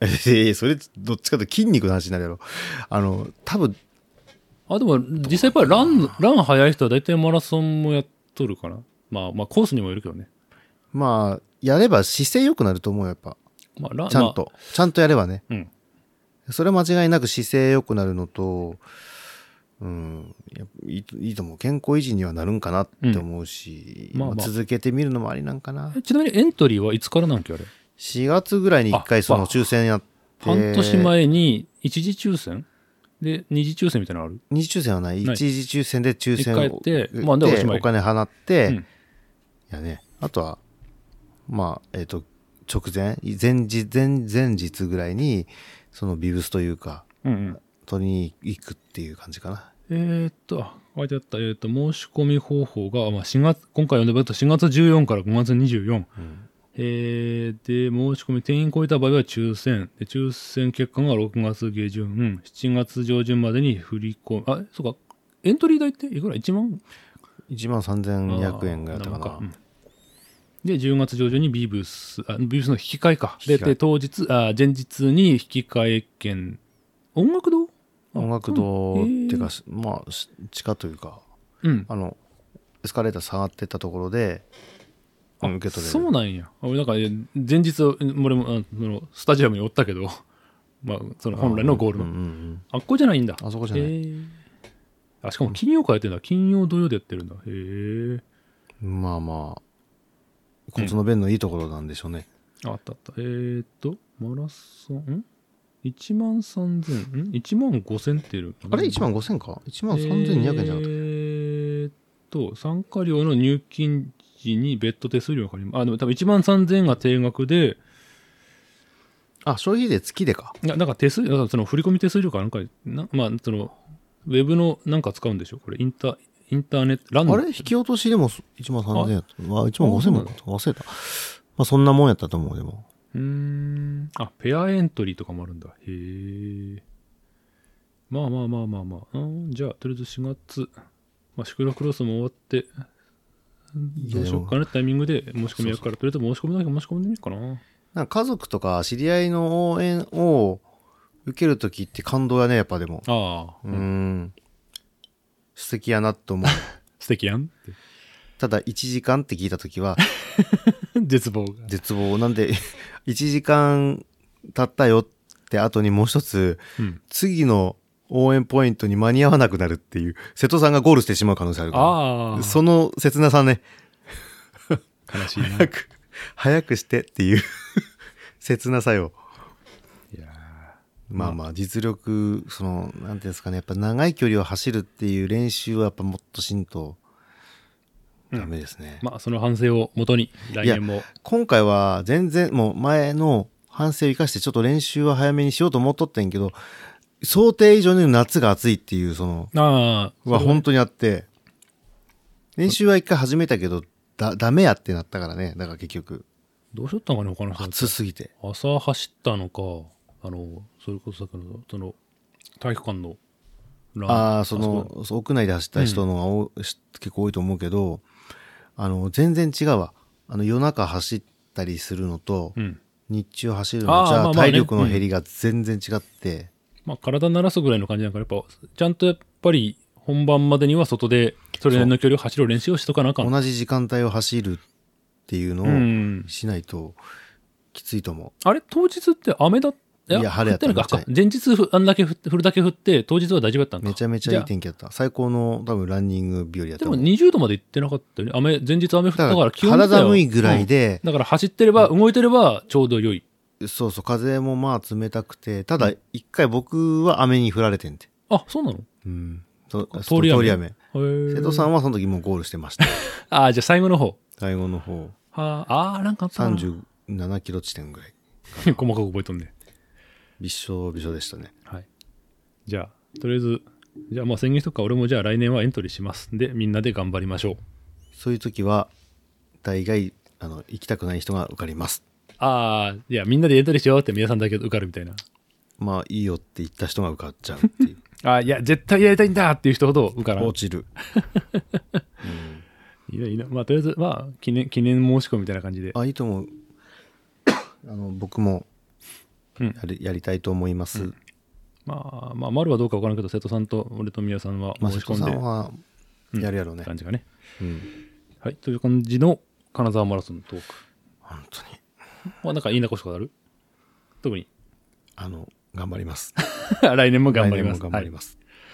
それどっちかというと筋肉の話になるやろ。多分。 でも実際やっぱりラン速い人は大体マラソンもやっとるかな。まあコースにもよるけどね。 まあやれば姿勢良くなると思うよ、やっぱ。ちゃんとやればね。それは間違いなく姿勢良くなるのと、いいと思う。健康維持にはなるんかなって思うし、続けてみるのもありなんかな。 ちなみにエントリーはいつからなんけあれ ?4 月ぐらいに1回その抽選やって。 半年前に一次抽選で二次抽選みたいなのある？ 二次抽選はない。一次抽選で抽選を 1回やって、まあ、でお金払って、やね。あとは、まあ、直前、前日ぐらいに、そのビブスというか、取りに行くっていう感じかな。 書いてあった、申し込み方法が、まあ、今回読んでもらった4月14から5月24。で、申し込み定員超えた場合は抽選。で、抽選結果が6月下旬、7月上旬までに振り込む。そうか、エントリー代っていくら ?1 万 ?1 万3200円ぐらいだったかな。 で、10月上旬にビブスの引き換えか。で、前日に引き換え券、音楽堂っていうか、まあ、地下というか、エスカレーター下がってったところで、受け取れる。 そうなんや。俺なんか、前日、俺もスタジアムにおったけど、まあ、その本来のゴールの。あっこじゃないんだ。 あそこじゃない。 しかも金曜からやってんだ。金曜土曜でやってるんだ。へえ。 まあまあ、骨の弁のいいところなんでしょうね。 あった。マラソン、1万3000、1万5000っている。 あれ ?1 万5000か ?1 万3200円じゃなくて。 参加料の入金時に別途手数料がかかります。でも多分1万3000円が定額で、 消費税月でか。 なんかその振込手数料かなんか、まあ、その、ウェブのなんか使うんでしょこれ、インターネット、ランド。 あれ引き落としでも1万3000円やった。1万5000円も忘れた。まあそんなもんやったと思う、でも。 ペアエントリーとかもあるんだ。へえ。まあ。じゃあ、とりあえず4月、まあ、シクロクロスも終わって、どうしようかなタイミングで申し込みやるから、とりあえず申し込みだけ申し込んでみるかな。 なんか家族とか知り合いの応援を受けるときって感動やね、やっぱでも。素敵やなと思う。 素敵やんって。 ただ1時間って聞いたときは、 絶望なんで、1時間経ったよって後にもう一つ、次の応援ポイントに間に合わなくなるっていう、瀬戸さんがゴールしてしまう可能性あるから。その切なさね。 悲しいな。 早くしてっていう切なさよ。まあ実力、なんていうんですかね、やっぱ長い距離を走るっていう練習はやっぱもっとしんとダメですね。 まあその反省をもとに来年も。 今回は全然もう前の反省を生かしてちょっと練習は早めにしようと思っとったんやけど、想定以上に夏が暑いっていうは本当にあって、練習は一回始めたけどダメやってなったからね。だから結局どうしよったんかね他の人。 暑すぎて朝走ったのか、それこそその体育館のラン、屋内で走った人のが、結構多いと思うけど、全然違うわ。夜中走ったりするのと、日中走るのじゃ体力の減りが全然違って、 体慣らすぐらいの感じだから、やっぱちゃんとやっぱり本番までには外でそれなりの距離を走る練習をしとかなあかん。 同じ時間帯を走るっていうのをしないときついと思う。 あれ当日って雨だっいや晴れやったのか。前日あんだけ降るだけ降って、当日は大丈夫だったんだ。 めちゃめちゃいい天気だった。最高の多分ランニング日和やった。 でも20度まで行ってなかったよね。前日雨降ったから気温肌寒いぐらいで、 だから走ってれば、動いてればちょうど良い。 そうそう、風もまあ冷たくて、ただ一回僕は雨に降られてんて。 あ、そうなの？ うん。 通り雨。 瀬戸さんはその時もうゴールしてました。 あ、じゃあ最後の方。 最後の方。 なんかあったな。 37キロ地点ぐらい。 細かく覚えとんね。 びっしょびしょでしたね。 はい。じゃあ、とりあえず、じゃあまあ宣言しとくか、俺もじゃあ来年はエントリーします。で、みんなで頑張りましょう。 そういう時は、大概、行きたくない人が受かります。 いや、みんなでエントリーしようって皆さんだけ受かるみたいな。 まあ、いいよって言った人が受かっちゃうっていう。 いや、絶対やりたいんだっていう人ほど受からん。 落ちる。 いいな。まあ、とりあえず、まあ、記念申し込みみたいな感じで。 いいと思う。僕もやりたいと思います。 まあ、丸はどうか分からんけど、瀬戸さんと俺と宮さんは申し込んで。 瀬戸さんはやるやろうね。 感じがね。はい、という感じの金沢マラソンのトーク。 本当に。 まあ、なんか言い残すことある？特に。 頑張ります。 来年も頑張ります。 頑張ります。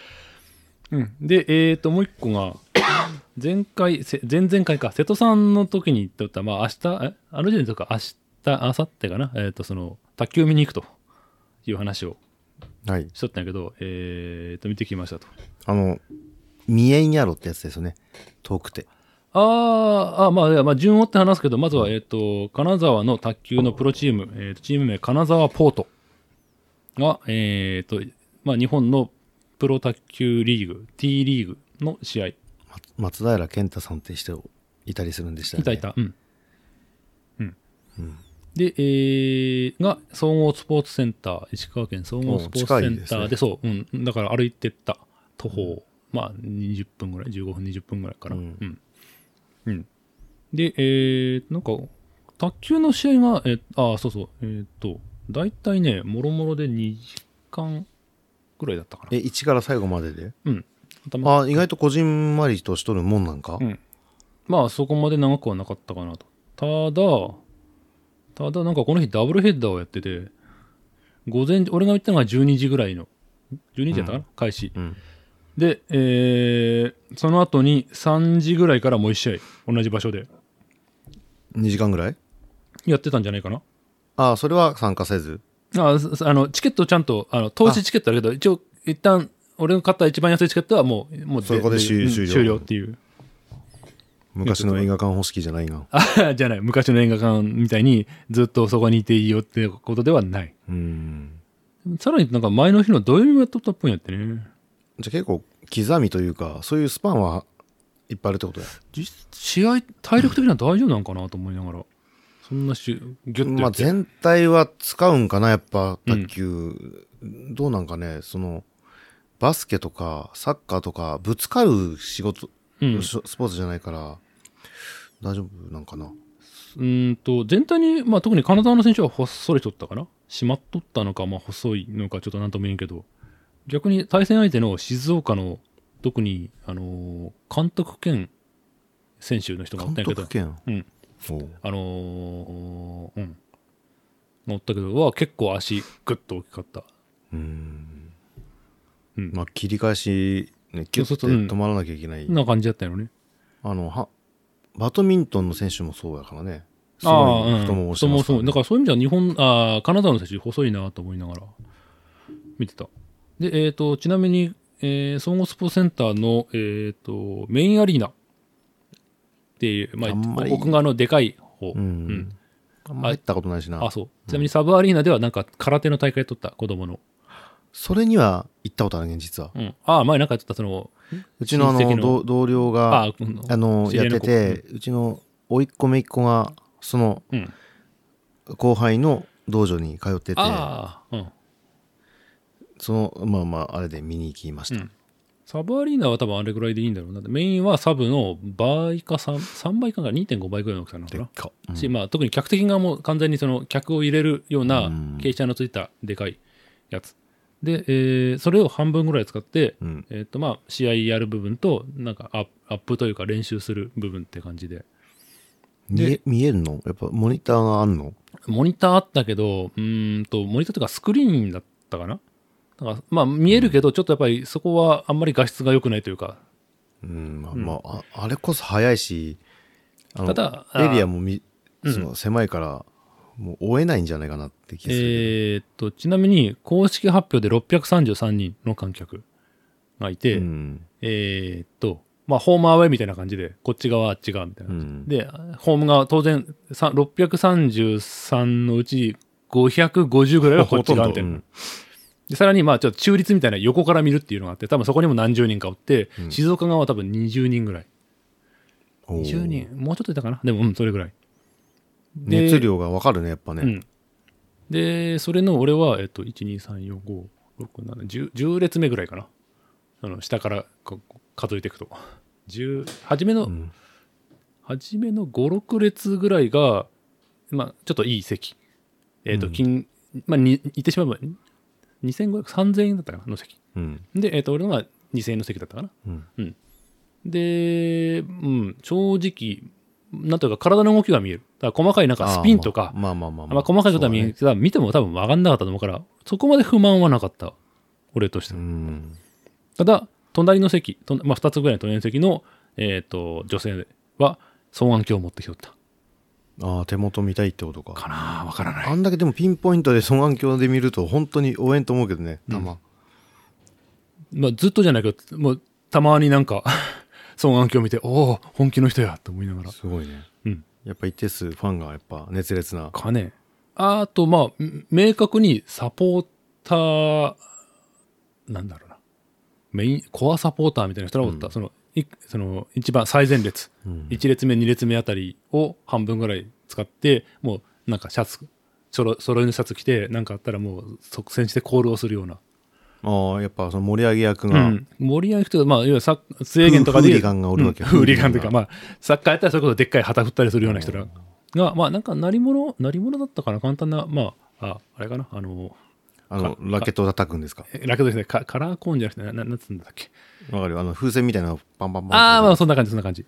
で、もう一個が、前々回か、瀬戸さんの時に言っておった、まあ明日、あの時点とか明日、明後日かな、その、卓球見に行くという話をしとったんやけど、見てきましたと。 見えんやろってやつですよね。遠くて。 まあ、順を追って話すけど、まずは、金沢の卓球のプロチーム、チーム名、金沢ポートが、まあ、日本のプロ卓球リーグ、T リーグの試合。 松平健太さんって人いたりするんでしたよね。 いた。で、が、総合スポーツセンター、石川県総合スポーツセンターで、そう、だから歩いてった徒歩、まあ、20分ぐらい、15分、20分ぐらいかな。で、なんか、卓球の試合が、そうそう、大体ね、もろもろで2時間ぐらいだったかな。 1から最後までで？意外とこじんまりとしとるもんなんか？ まあ、そこまで長くはなかったかなと。ただなんかこの日ダブルヘッダーをやってて、俺が見たのが12時ぐらいの、12時やったかな、開始。で、その後に3時ぐらいからもう1試合、同じ場所で。 2時間ぐらいやってたんじゃないかな。 それは参加せず？ チケットちゃんと、投資チケットあるけど、一応、一旦、俺が買った一番安いチケットはもうそこで終了っていう。 昔の映画館方式じゃないが。 じゃない。昔の映画館みたいにずっとそこにいていいよってことではない。さらになんか前の日の土曜日もやっとったっぽいんやってね。 じゃあ結構刻みというか、そういうスパンはいっぱいあるってことや。 試合、体力的には大丈夫なんかなと思いながら。そんなギュッと。 まあ全体は使うんかな、やっぱ卓球。どうなんかね、バスケとかサッカーとかぶつかる仕事、スポーツじゃないから、大丈夫なんかな。 全体に、まあ特に金沢の選手はほっそりとったかな。締まっとったのか、まあ細いのかちょっとなんとも言えんけど、逆に対戦相手の静岡の、特に、監督兼選手の人がおったんやけど。 監督兼乗ったけど、結構足グッと大きかった。 まあ切り返し、ね、キュッて止まらなきゃいけない。 な感じだったよね。 バドミントンの選手もそうやからね。太ももしてますからね。 だからそういう意味ではカナダの選手細いなと思いながら見てた。で、ちなみに、総合スポーツセンターの、メインアリーナっていう、まあ、奥側のでかい方。 あんま入ったことないしな。 そう。ちなみにサブアリーナではなんか空手の大会取った子供の。 それには行ったことあるね、実は。 前なんかやってたうちの同僚が、やってて、うちの甥っ子姪っ子が、後輩の道場に通ってて、あれで見に行きました。 サブアリーナは多分あれぐらいでいいんだろうな。メインはサブの倍か3倍かな、2.5 倍ぐらいの大きさなのかな。まあ特に客席がもう完全に客を入れるような傾斜のついたでかいやつ。で、それを半分ぐらい使って、まあ試合やる部分と、なんかアップというか練習する部分って感じで。 見えるの？やっぱモニターがあるの？ モニターあったけど、モニターというかスクリーンだったかな。だからまあ見えるけど、ちょっとやっぱりそこはあんまり画質が良くないというか。 まあ、あれこそ早いし、ただエリアもその狭いから、もう追えないんじゃないかなって気がする。 ちなみに公式発表で633人の観客がいて、まあホームアウェイみたいな感じで、こっち側あっち側みたいな感じ、で、ホームが当然633のうち550ぐらいはこっち側みたいな。でさらにまあちょっと中立みたいな横から見るっていうのがあって、多分そこにも何十人かおって、静岡側は多分20人ぐらい。20人もうちょっといたかな。でもそれぐらい。 熱量がわかるねやっぱね。 でそれの俺は123456710列目ぐらいかな。下から数えていくと初めの56列ぐらいがまあちょっといい席まあ言ってしまえば2500、3000円だったかなの席、で俺のが2000円の席だったかな、で、正直なんというか体の動きが見える。だから細かいなんかスピンとか細かいことは見えるけど、見ても多分分かんなかったと思うから、そこまで不満はなかった俺としては。ただ隣の席、2つぐらいの隣の席の、女性は双眼鏡を持ってきとった。 手元見たいってことか。 かな、分からない。 あんだけでもピンポイントで双眼鏡で見ると本当に応援と思うけどね、 まあ、ずっとじゃないけど、もうたまになんか双眼鏡見て、おお本気の人やと思いながら。 すごいね。やっぱ一定数ファンがやっぱ熱烈な。 かね。あとまあ明確にサポーターなんだろうな。コアサポーターみたいな人がおった、その一番最前列、1列目2列目あたりを半分ぐらい使って、もうなんかシャツ揃いのシャツ着て、なんかあったらもう即戦してコールをするような。 やっぱその盛り上げ役が、 盛り上げ役というか、まあいわゆるスウェーデンとかでフーリガンがおるわけ。 フーリガンというか、まあサッカーやったらそれこそでっかい旗振ったりするような人らが、まあなんか鳴り物だったかな、簡単な、まああれかな、 ラケットを叩くんですか？ ラケットですね。カラーコーンじゃなくて、なんつうんだっけ。 わかるよ。風船みたいなのパンパンパン。 まあそんな感じ。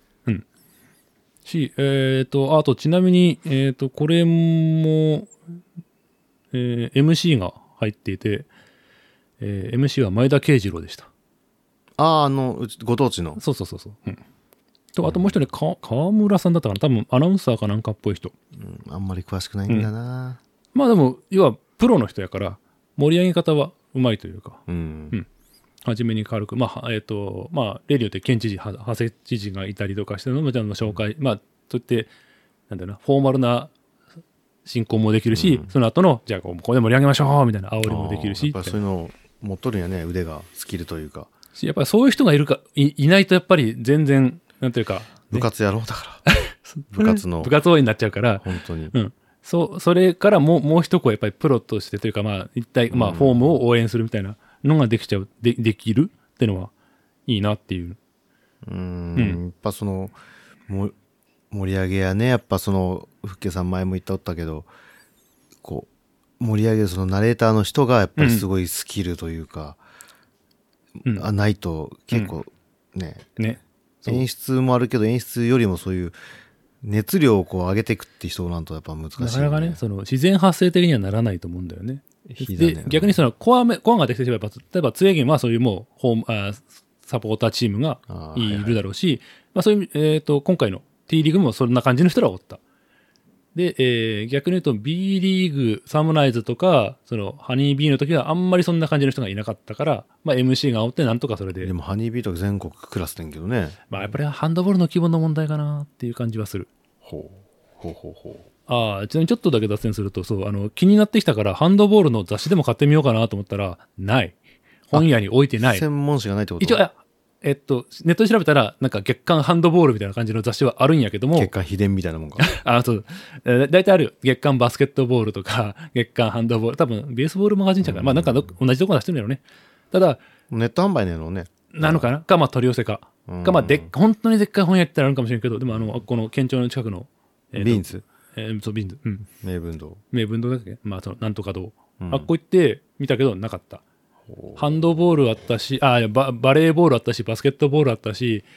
あとちなみに、これも、MC が入っていて、MC は前田慶次郎でした。 ご当地の。 そう。と、あともう一人、川村さんだったかな。多分アナウンサーかなんかっぽい人。 あんまり詳しくないんだな。 まあでも、要はプロの人やから、盛り上げ方はうまいというか、初めに軽く、レディオって県知事、長谷知事がいたりとかしてのもちろん紹介、そうやってなんだろうな、フォーマルな進行もできるし、その後のじゃあここで盛り上げましょうみたいな煽りもできるし、 やっぱそういうのを持っとるんやね、腕がスキルというか。 やっぱりそういう人がいないとやっぱり全然なんていうか、 部活やろうだから部活応援になっちゃうから、 本当に。 それからもう一声やっぱりプロとしてというか、一体フォームを応援するみたいなのができるっていうのはいいなっていう。 やっぱその盛り上げやね、やっぱそのふっけさん前も言っておったけど、こう盛り上げるそのナレーターの人がやっぱりすごいスキルというか、ないと結構ね、演出もあるけど演出よりもそういう熱量をこう上げていくって人なんとやっぱ難しい、ね、 なかなかね、その自然発生的にはならないと思うんだよね。で逆にそのコアができてしまえば、例えばツエゲンはそういうもうサポーターチームがいるだろうし、そういう、今回の T リーグもそんな感じの人らがおった。で、逆に言うと B リーグ、サムライズとか、そのハニービーの時はあんまりそんな感じの人がいなかったから、MC がおってなんとかそれで。 でもハニービーとか全国クラスだけどね。 やっぱりハンドボールの規模の問題かなっていう感じはする。 ちなみにちょっとだけ脱線すると、気になってきたからハンドボールの雑誌でも買ってみようかなと思ったら、ない。本屋に置いてない。 専門誌がないってこと？ 一応、ネットで調べたら、なんか月刊ハンドボールみたいな感じの雑誌はあるんやけども。 月刊秘伝みたいなもんか。 そう。大体あるよ。月刊バスケットボールとか、月刊ハンドボール。多分、ベースボールマガジンちゃうから。なんか同じとこ出してるんだろうね。ただ、 ネット販売なのね。 なのかなか、取り寄せか。か、本当にでっかい本屋やったらあるかもしれんけど、でも、この県庁の近くの。 ビーンズそう、ビーンズ。 名文堂だっけなんとか堂。あっこ行って見たけど、なかった。ハンドボールあったし、バレーボールあったし、バスケットボールあったし、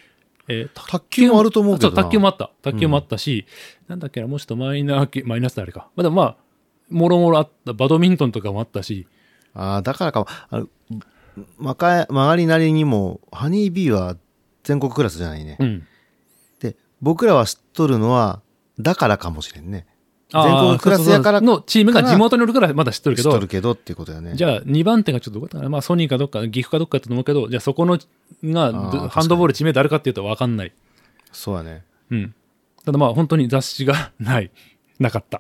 卓球もあると思うけどな。 そう、卓球もあった。卓球もあったし、なんだっけな、もうちょっとマイナスであれか。でもまあ、もろもろあった。バドミントンとかもあったし。 だからかも。曲がりなりにも、ハニービーは全国クラスじゃないね。で、僕らは知っとるのは、だからかもしれんね。全国クラスやからのチームが地元におるからまだ知っとるけど。 知っとるけどっていうことだね。 じゃあ2番手がちょっとどこだったかな。まあソニーかどっか、岐阜かどっかだと思うけど、じゃあそこのがハンドボール知名度あるかっていうと分かんない。 そうだね。 ただまあ本当に雑誌がなかった。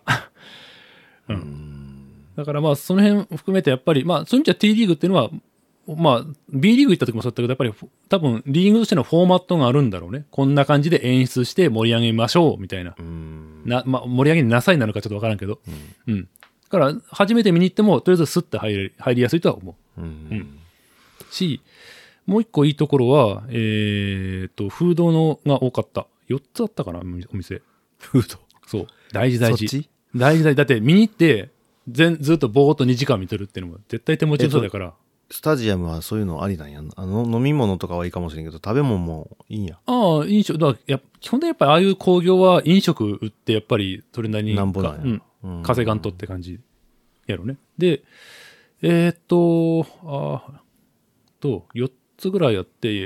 だからまあその辺含めてやっぱり、まあそういう意味じゃ T リーグっていうのは、まあ B リーグ行った時もそうだったけど、やっぱり多分リーグとしてのフォーマットがあるんだろうね。こんな感じで演出して盛り上げましょうみたいな。まあ盛り上げなさいなのかちょっと分からんけど。だから初めて見に行ってもとりあえずスッて入りやすいとは思う。し、もう一個いいところは、フードのが多かった。4つあったかな、お店。 フード。 そう。大事。大事。だって見に行って、ずっとぼーっと2時間見てるっていうのも絶対手持ちよさだから。 スタジアムはそういうのありなんや。飲み物とかはいいかもしれんけど、食べ物もいいんや。 飲食。だから基本的にやっぱりああいう工業は飲食売ってやっぱりそれなりに。 なんぼだね。 稼がんとって感じやろね。で、4つぐらいあって、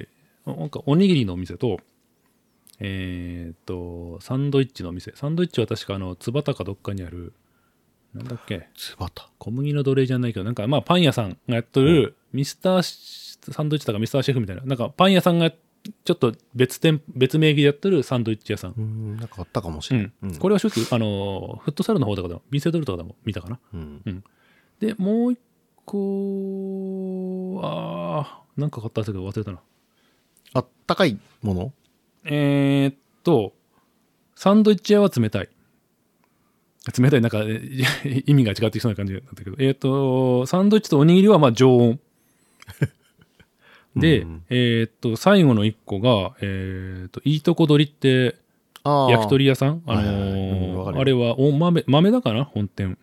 なんかおにぎりのお店と、サンドイッチのお店。サンドイッチは確か津畑かどっかにある、なんだっけ、 津畑。 小麦の奴隷じゃないけど、なんかまあパン屋さんがやっとる、ミスターサンドイッチとかミスターシェフみたいな、なんかパン屋さんがちょっと別名義でやってるサンドイッチ屋さん。 なんかあったかもしれない。 これは正直、フットサルの方とかでも、ビンセドルとかでも見たかな。で、もう一個、なんか買ったんだけど忘れたな。 あったかいもの？ サンドイッチ屋は冷たい。冷たい、なんか、意味が違ってきそうな感じだったけど、サンドイッチとおにぎりはまあ常温。で、最後の一個が、いいとこ取りって、焼き鳥屋さんあれは豆だかな本店。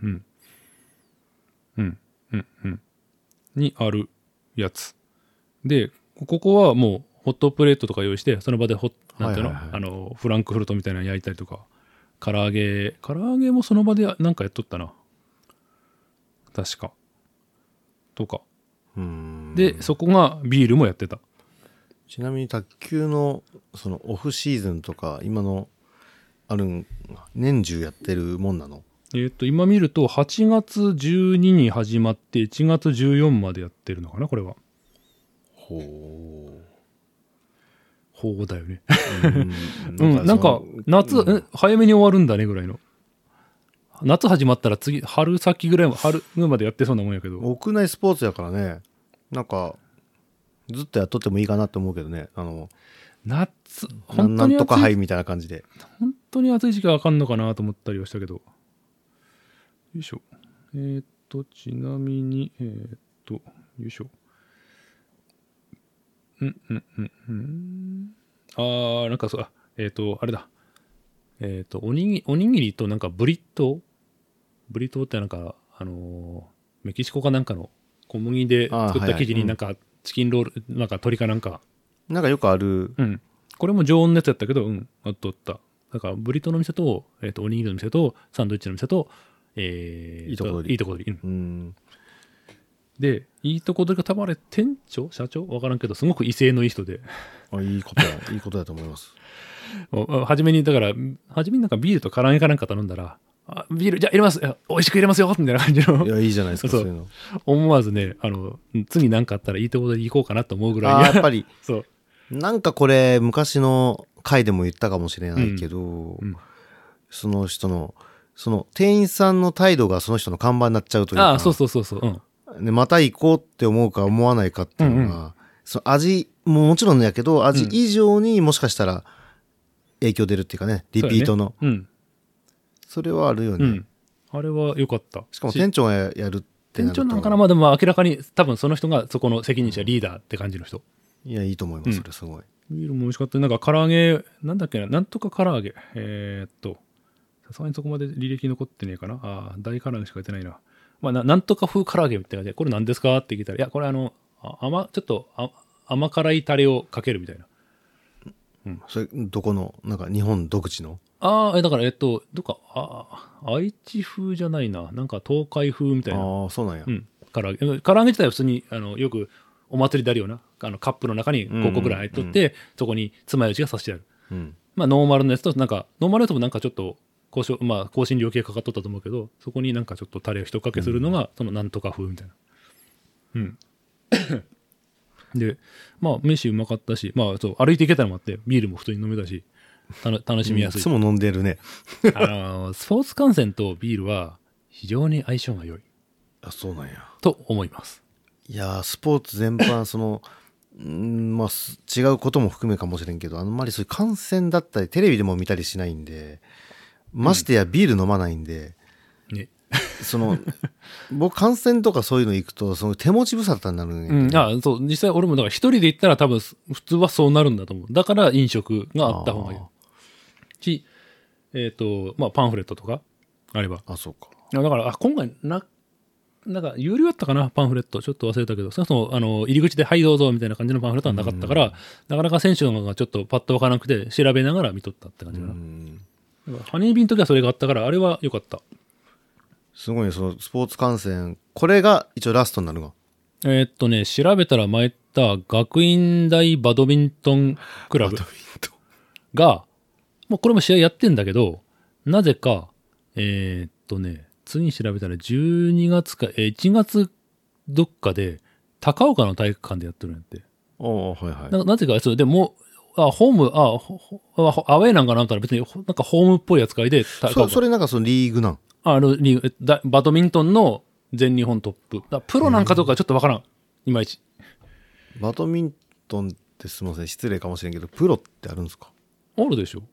にあるやつ。で、ここはもう、ホットプレートとか用意して、その場でなんていうの、フランクフルトみたいなの焼いたりとか、唐揚げもその場でなんかやっとったな。確か。とか。で、そこがビールもやってた。 ちなみに卓球のそのオフシーズンとか今の年中やってるもんなの？ 今見ると8月12に始まって1月14までやってるのかなこれは。ほうだよね。なんか夏、早めに終わるんだねぐらいの。夏始まったら次春先ぐらい春までやってそうなもんやけど。 屋内スポーツやからね。なんかずっとやっとってもいいかなって思うけどね。 夏本当になんとか杯みたいな感じで。 本当に暑い時期があかんのかなと思ったりはしたけど。よいしょ。ちなみによいしょ。なんかそう、あれだ。おにぎりとなんかブリトーってなんか、メキシコかなんかの小麦で作った生地になんかチキンロール、なんか鶏かなんか。 なんかよくある。 これも常温のやつやったけど、あった。だからブリトーの店と、おにぎりの店と、サンドイッチの店と、いいとこ取り。で、いいとこ取りが多分あれ、社長わからんけど、すごく威勢のいい人で。 いいことだと思います。 初めになんかビールと唐揚げかなんか頼んだら、ビールじゃあ入れます、美味しく入れますよみたいな感じの。 いや、いいじゃないですか、そういうの。 思わずね、次なんかあったらいいとこ取り行こうかなと思うぐらい。 やっぱり。 そう。 なんかこれ、昔の回でも言ったかもしれないけど、その人の、その店員さんの態度がその人の看板になっちゃうというか。 そう。 また行こうって思うか思わないかっていうのが、その味ももちろんやけど、味以上にもしかしたら影響出るっていうかね、リピートの。それはあるよね。 あれは良かった。 しかも店長がやるって店長なんかな、まあでも明らかに多分その人がそこの責任者、リーダーって感じの人。 いや、いいと思います、それすごい。 ビールも美味しかった。なんか唐揚げ、なんだっけな、なんとか唐揚げ。さすがにそこまで履歴残ってねえかな。大唐揚げしか言ってないな。まあ、なんとか風唐揚げって感じで、これ何ですかって聞いたら、いや、これちょっと甘辛いタレをかけるみたいな。 それ、どこの、なんか日本独自の？ だから、どっか、愛知風じゃないな。なんか東海風みたいな。 ああ、そうなんや。 唐揚げ自体は普通に、よくお祭りであるような、カップの中に5個ぐらい入っとって、そこにつまようじが刺してある。まあ、ノーマルのやつと、なんか、ノーマルのやつもなんかちょっっと、香辛料系かかっとったと思うけど、そこになんかちょっとタレを一かけするのが、そのなんとか風みたいな。で、まあ、飯うまかったし、まあ、そう、歩いていけたのもあって、ビールも普通に飲めたし、楽しみやすい。 いつも飲んでるね。 スポーツ観戦とビールは非常に相性が良い。 あ、そうなんや。 と思います。 いやスポーツ全般、まあ、違うことも含めかもしれんけど、あんまりそういう観戦だったり、テレビでも見たりしないんで、ましてやビール飲まないんで、 ね。 僕観戦とかそういうの行くと手持ち無沙汰になるんや、そう実際俺もだから一人で行ったら多分普通はそうなるんだと思う。だから飲食があった方がいいし、まあパンフレットとかあれば。 あ、そうか。 だから今回なんか有料だったかな、パンフレットちょっと忘れたけど、そもそも入り口ではいどうぞみたいな感じのパンフレットはなかったから、なかなか選手の方がちょっとパッとわからなくて調べながら見とったって感じかな。ハニービーの時はそれがあったからあれは良かった。 すごいね、スポーツ観戦、これが一応ラストになるの？ 調べたら前言った学院大バドミントンクラブが、もうこれも試合やってんだけど、なぜか、次に調べたら12月か、1月どっかで高岡の体育館でやってるんやって。 はいはい。 なぜか、でも、ホーム、アウェーなんかなったら別になんかホームっぽい扱いでそれなんかリーグなん？ リーグバドミントンの全日本トップ。プロなんかどうかちょっとわからん。いまいち。 バドミントンってすみません、失礼かもしれんけど、プロってあるんですか？ あるでしょ。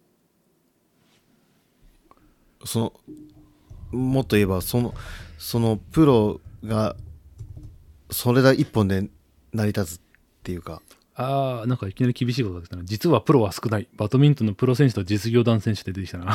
もっと言えば、プロが、それだ一本で成り立つっていうか。 なんかいきなり厳しいことが来たな。実はプロは少ない。バドミントンのプロ選手と実業団選手で出てきたな。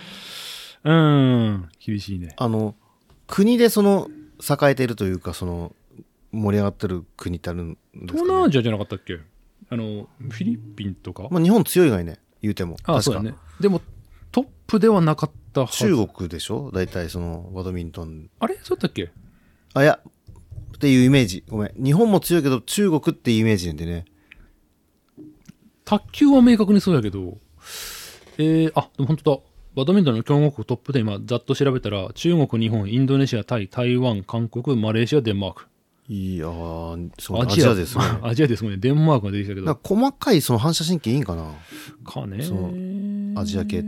厳しいね。 国で栄えているというか、盛り上がってる国ってあるんですかね？ 東南アジアじゃなかったっけ？フィリピンとか？ まあ日本強いがいね、言うても。 そうだね。でもトップではなかったはず。 中国でしょ？大体バドミントン。 あれそうだったっけ？ いや、っていうイメージ。ごめん。日本も強いけど中国っていうイメージなんでね。 卓球は明確にそうやけど、でも本当だ。バドミントンの強豪国トップで今ざっと調べたら、中国、日本、インドネシア、タイ、台湾、韓国、マレーシア、デンマーク。 いやー、アジアですね。 アジアですね。デンマークが出てきたけど。 細かい反射神経いいんかな？ かね。 アジア系って。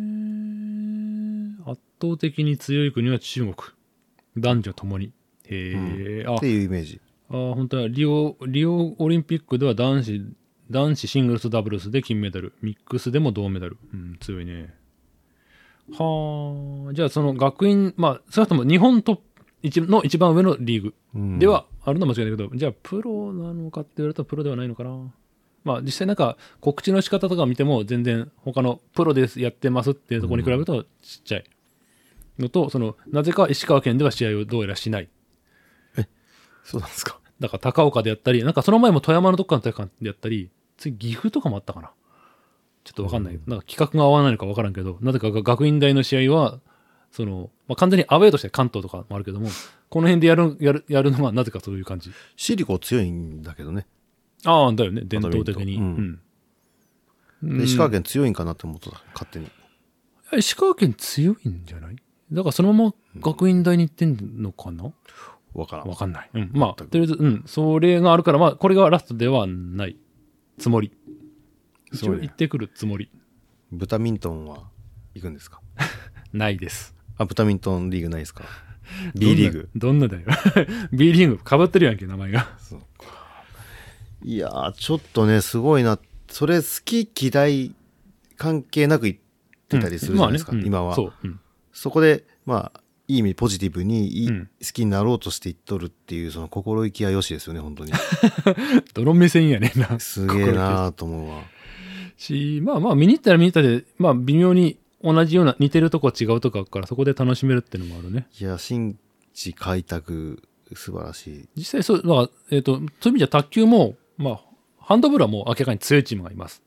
圧倒的に強い国は中国。男女ともに。 っていうイメージ。 本当はリオオリンピックでは男子シングルスダブルスで金メダル。ミックスでも銅メダル。強いね。じゃあ学院、まあ、少なくとも日本トップの一番上のリーグではあるのは間違いないけど、じゃあプロなのかって言われたらプロではないのかな。まあ実際なんか告知の仕方とか見ても全然他のプロでやってますっていうところに比べるとちっちゃいのと、なぜか石川県では試合をどうやらしない。 そうなんですか。 だから高岡でやったり、なんかその前も富山のどっかの体育館でやったり、次岐阜とかもあったかな。ちょっと分かんない。なんか企画が合わないのか分からんけど、なぜか学院大の試合は、完全にアウェーとして関東とかもあるけども、この辺でやるのはなぜかそういう感じ。 シリコ強いんだけどね。 だよね、伝統的に。 石川県強いんかなって思った勝手に。 石川県強いんじゃない？だからそのまま学院大に行ってんのかな？ 分からん。 分かんない。まあ、とりあえず、それがあるから、まあ、これがラストではないつもり。一応行ってくるつもり。 ブタミントンは行くんですか？ ないです。 ブタミントンリーグないですか？ B リーグ。 どんなだよ。B リーグかぶってるやんけ、名前が。 そうか。いやー、ちょっとね、すごいな。それ好き嫌い関係なく言ってたりするじゃないですか、今は。そこで、まあ、いい意味ポジティブに好きになろうとしていっとるっていう、心意気はよしですよね、本当に。 どの目線やねんな。 すげえなーと思うわ。 まあ見に行ったら見に行ったで、まあ微妙に同じような似てるとこ違うとこあるから、そこで楽しめるっていうのもあるね。 いや、新地開拓素晴らしい。 実際そういう意味じゃ卓球も、まあハンドボールはもう明らかに強いチームがいます。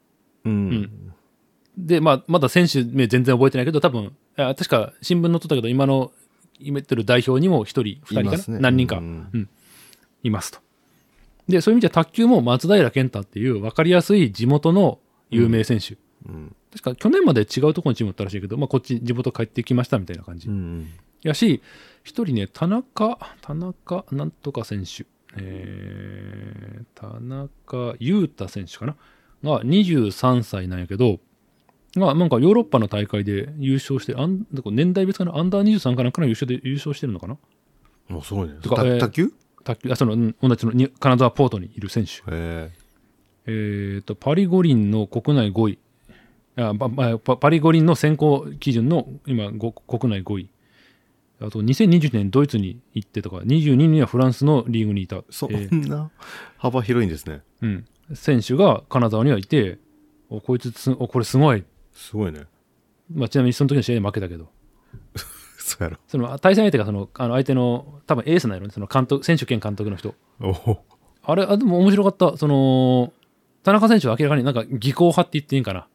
で、まだ選手名全然覚えてないけど、多分、確か新聞載ってたけど、今言ってる代表にも1人、2人かな、何人か、いますと。で、そういう意味じゃ卓球も松平健太っていう分かりやすい地元の有名選手。確か去年まで違うところにチームだったらしいけど、こっち地元帰ってきましたみたいな感じ。やし、一人ね、田中なんとか選手。田中優太選手かなが23歳なんやけど、なんかヨーロッパの大会で優勝して、年代別かな、アンダー23かなんかの優勝してるのかな。 もうすごいね。卓球同じの金沢ポートにいる選手。パリ五輪の国内5位。パリ五輪の選考基準の今国内5位。あと2020年ドイツに行ってとか、22年にはフランスのリーグにいた。 そんな幅広いんですね。 選手が金沢にはいて、こいつこれすごい。 すごいね。 ちなみにその時の試合で負けたけど。 そうやろ。 その対戦相手が相手の多分エースなんやろね、その選手兼監督の人。あれでも面白かった。田中選手は明らかになんか技巧派って言っていいんかな。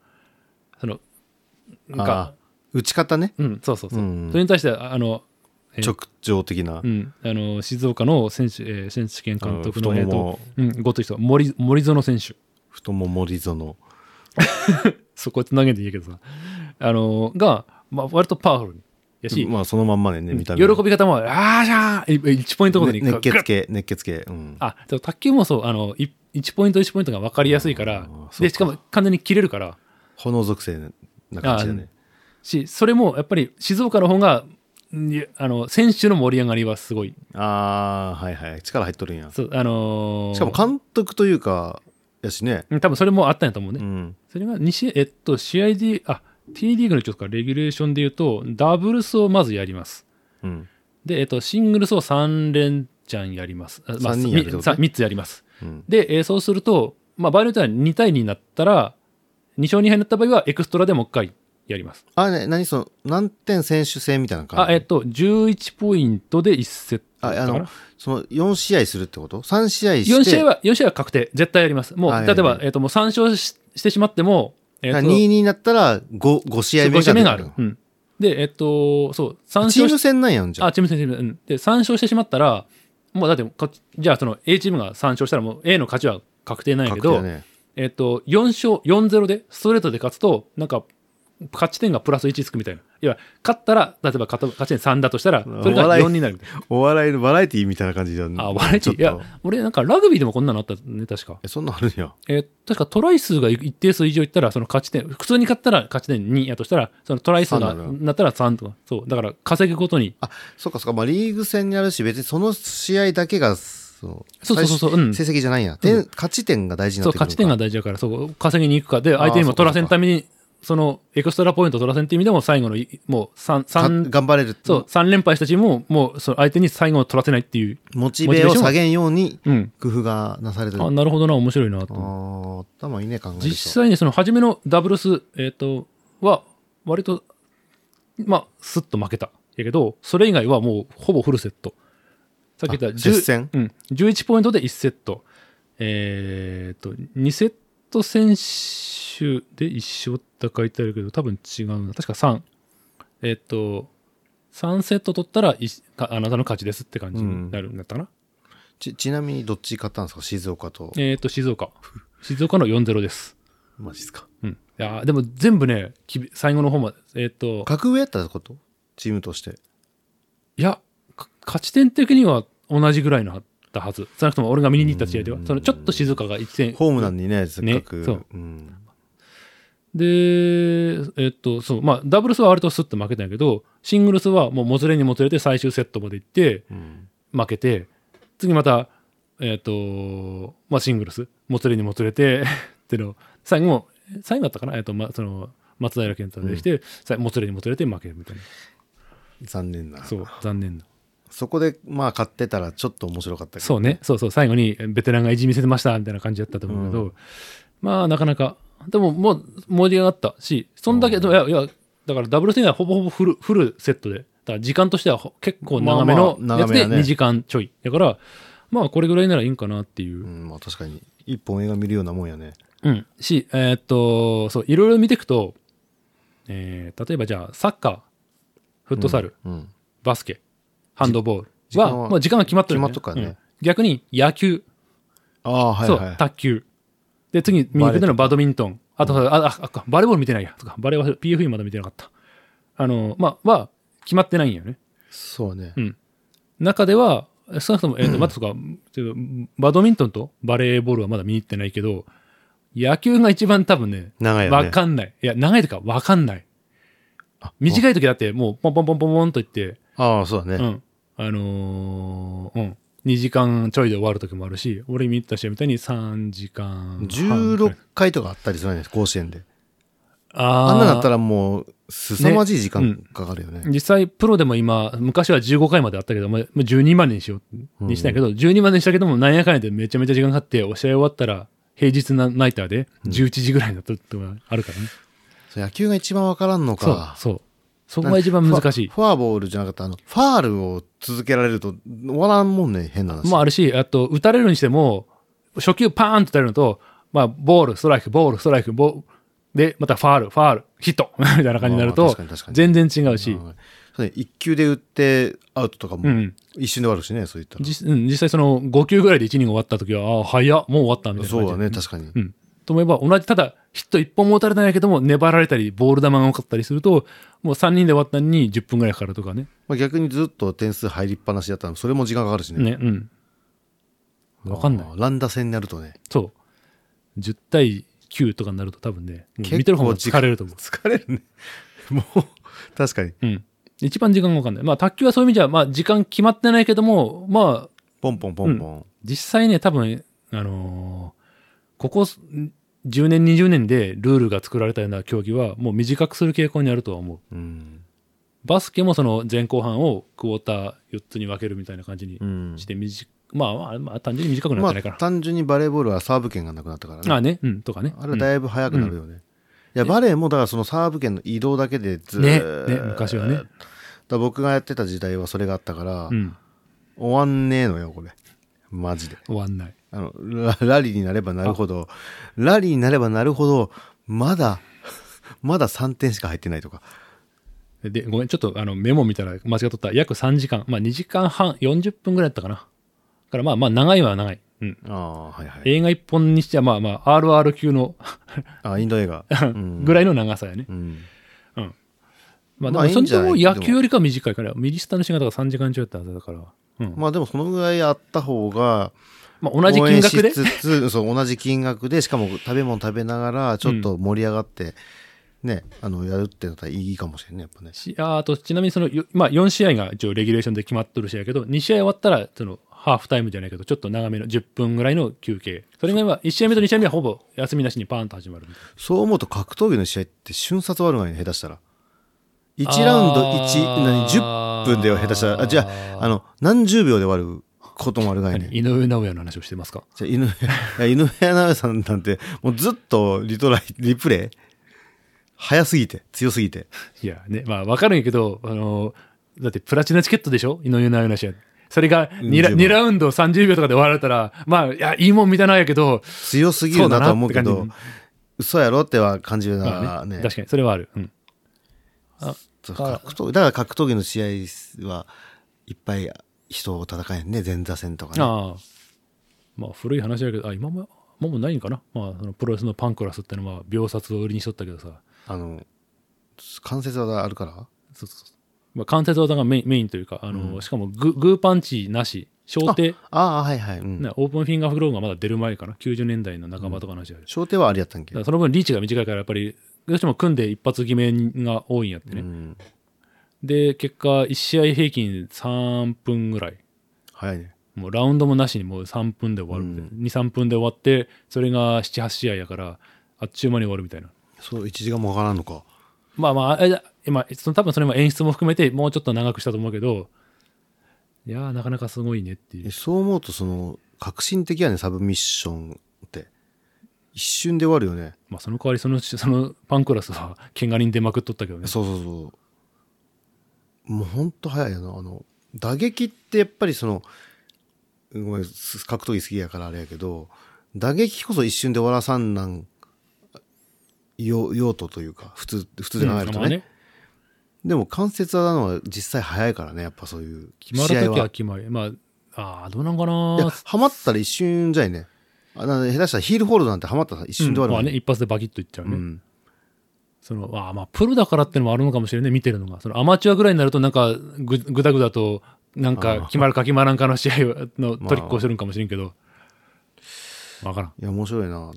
打ち方ね。 そう。それに対して直情的な。 静岡の選手兼監督のごとい人森園選手。 太も森園。 そこつなげていいけどさ。が、割とパワフルに。やし、 そのまんまでね、見た目。 喜び方も、あーしゃー !1 ポイントごとに。 熱血系。 でも卓球もそう、1ポイント1ポイントが分かりやすいから、で、しかも完全に切れるから。 炎属性な感じだね。 それもやっぱり静岡の方が、選手の盛り上がりはすごい。 はいはい。力入っとるんや。 そう、 しかも監督というか、やしね。 多分それもあったんやと思うね。それが試合で、T リーグのちょっとレギュレーションで言うと、ダブルスをまずやります。で、シングルスを3連チャンやります。3つやります。で、そうすると、場合によっては2対2になったら、2勝2敗になった場合はエクストラでもう一回やります。 何点選手制みたいな感じ 11ポイントで1セット。 4試合するってこと ?3 試合して。 4試合は確定。絶対やります。もう、例えば、もう3勝してしまっても、 2-2になったら5試合目がある。 で、そう、3勝。 チーム戦なんやんじゃん。 チーム戦。で、3勝してしまったら、もうだって、じゃあA チームが3勝したらもう A の勝ちは確定なんやけど、4勝、4-0で、ストレートで勝つと、なんか、勝ち点がプラス1つくみたいな。いや、勝ったら、例えば勝ち点3だとしたら、それが4になるみたいな。 お笑いのバラエティーみたいな感じじゃん。 バラエティー。いや、俺なんかラグビーでもこんなのあったね、確か。 そんなのあるんや。 確かトライ数が一定数以上いったら、その勝ち点、普通に勝ったら勝ち点2やとしたら、そのトライ数がなったら3とか。そう。だから稼ぐことに。 そうか。リーグ戦にあるし、別にその試合だけが、 そう。 成績じゃないんや。勝ち点が大事になってくる。 そう、勝ち点が大事だから、そう、稼ぎに行くかで、相手にも取らせんために、そのエクストラポイント取らせんっていう意味でも最後のもう3 頑張れる。 そう3連敗したチームももうその相手に最後取らせないっていうモチベを下げんように工夫がなされてる。 なるほどな、面白いなと。 頭いいね、考えると。 実際にその初めのダブルスは割とスッと負けたやけど、それ以外はもうほぼフルセット。さっき言った11ポイントで1セット、2セット選手で一緒って書いてあるけど、多分違うな。確か3。3セット取ったらあなたの勝ちですって感じになるんだったかな。 ちなみにどっち勝ったんですか、静岡と。 静岡の 4-0 です。 マジっすか。 いやでも全部ね、最後の方まで、 格上やったことチームとして。 いや、勝ち点的には同じぐらいのだはず。少なくとも俺が見に行った試合では、そのちょっと静岡が1点。 ホームなんにね、せっかく。 そう。で、そう、ダブルスは割とスッと負けたんやけど、シングルスはもうもつれにもつれて最終セットまで行って、負けて、次また、シングルス、もつれにもつれて、っていうの、最後だったかな、その、松平健太できて、もつれにもつれて負けるみたいな。 残念な。 そう、残念な。 そこで勝ってたらちょっと面白かったけど、 そうね、そう最後にベテランが意地見せてましたみたいな感じだったと思うけど、なかなかでももう盛り上がったし、そんだけいやだからダブルスにはほぼほぼフルセットで、だから時間としては結構長めのやつで2時間ちょいだから、これぐらいならいいんかなっていう。 確かに一本映画見るようなもんやね。 し、そう、いろいろ見ていくと、例えばじゃあ、サッカー、フットサル、バスケ、ハンドボールは、もう時間が決まってる、ね。 決まっとくからね。 逆に野球、そう、卓球。で、次、見に行くのはバドミントン。あと、バレーボール見てないや。とか、バレーボール、PFE まだ見てなかった。は、決まってないんよね。 そうね。 中では、少なくとも、まずとか、バドミントンとバレーボールはまだ見に行ってないけど、野球が一番多分ね、 長いよね。 わかんない。いや、長いとかわかんない。短い時だってもうポンポンポンポンといって、 そうだね。 2時間ちょいで終わる時もあるし、俺見た試合みたいに3時間半。 16回とかあったりするんです、甲子園で。あんなだったらもう、凄まじい時間かかるよね。 実際、プロでも今、昔は15回まであったけど、12までにしようにしたけど、12までにしたけども、なんやかんやでめちゃめちゃ時間かかって、試合終わったら、平日ナイターで11時ぐらいになったってのがあるからね。 野球が一番わからんのか。 そう。そこが一番難しい。 フォアボールじゃなかった、ファールを続けられると、終わらんもんね、変な話。 もあるし、あと、打たれるにしても、初球パーンと打たれるのと、ボール、ストライク、ボール、ストライク、で、またファール、ヒットみたいな感じになると、全然違うし。 1球で打ってアウトとかも一瞬で終わるしね、そういったら。 実際その5球ぐらいで1イニング終わった時は、早っ、もう終わったみたいな感じ。 そうだね、確かに。 と思えば、ただ、ヒット1本も打たれてないけども、粘られたり、ボール球が多かったりすると、もう3人で終わったのに10分ぐらいかかるとかね。 逆にずっと点数入りっぱなしだったら、それも時間かかるしね。 わかんない。 乱打戦になるとね。 そう。10対9とかになると多分ね、見てる方も疲れると思う。 疲れるね。もう、確かに。 一番時間がわかんない。卓球はそういう意味じゃ、時間決まってないけども、 ポンポンポンポン。 実際ね、多分、ここ10年、20年でルールが作られたような競技は、もう短くする傾向にあるとは思う。バスケもその前後半をクォーター4つに分けるみたいな感じにして単純に短くなってないから。 単純にバレーボールはサーブ権がなくなったからね。 とかね。 あれはだいぶ早くなるよね。いや、バレーもだからそのサーブ権の移動だけでずーっと。 昔はね。 僕がやってた時代はそれがあったから、終わんねえのよ、これ。マジで。 終わんない。 ラリーになればなるほど、まだ3点しか入ってないとか。 で、ごめん、ちょっとメモ見たら間違っとった。約3時間、2時間半、40分ぐらいだったかな。だから長いは長い。映画一本にしてはRR 級のインド映画ぐらいの長さやね。でもそれでも野球よりかは短いから、右下の仕事が3時間中やったはずだから。 でもそのぐらいあった方が、 同じ金額で同じ金額で、しかも食べ物食べながらちょっと盛り上がって、ね、やるってなったらいいかもしれんね、やっぱね。 あと、ちなみに4試合が一応レギュレーションで決まっとる試合やけど、2試合終わったら、ハーフタイムじゃないけど、ちょっと長めの10分ぐらいの休憩。それが1試合目と2試合目はほぼ休みなしにパーンと始まるみたいな。 そう思うと格闘技の試合って瞬殺終わるのに下手したら。1ラウンド10分では下手したら、じゃあ、何十秒で終わることもあるがいね。 井上尚弥の話をしてますか？ じゃ井上尚弥さんなんて、もうずっとリプレイ早すぎて、強すぎて。 いやね、わかるんやけど、だってプラチナチケットでしょ？井上尚弥の試合。それが 2ラウンド30秒とかで終わられたら、いや、いいもん見たなやけど、 強すぎるなとは思うけど、嘘やろっては感じるな、ね。 確かに、それはある。 だから格闘技の試合はいっぱい人を戦えんね、前座戦とかね。 古い話だけど、今もうないんかな。プロレスのパンクラスってのは秒殺を売りにしとったけどさ。 関節技あるから？ そう。関節技がメインというか、しかもグーパンチなし、小手。 はいはい。 オープンフィンガーフローがまだ出る前かな。90年代の半ばとかの話ある。 小手はありやったんけど。 その分リーチが短いから、やっぱり、どうしても組んで一発決めが多いんやってね。で、結果、1試合平均3分ぐらい。 早いね。 もうラウンドもなしにもう3分で終わるみたいな。2、3分で終わって、それが7、8試合やから、あっちゅう間に終わるみたいな。 そう、1時間もわからんのか。 多分それも演出も含めてもうちょっと長くしたと思うけど、いやーなかなかすごいねっていう。 そう思うと革新的やね、サブミッションって一瞬で終わるよね。 その代わりそのパンクラスはケンガリン出まくっとったけどね。 そうもうほんと早いよな。打撃ってやっぱりごめん、格闘技好きやからあれやけど、 打撃こそ一瞬で終わらさんなん用途というか普通で考えるとね、でも関節技のは実際早いからね、やっぱそういう決まるときは決まり、まあどうなんかな。 いやハマったら一瞬じゃいね。下手したらヒールホールドなんてハマったら一瞬で終わる、 まあね、一発でバキッといっちゃうね。そのまあプロだからってのもあるのかもしれない、見てるのが。そのアマチュアぐらいになるとなんかぐだぐだとなんか決まるか決まらんかの試合のトリックをするんかもしれんけど、分からん。 いや面白いな。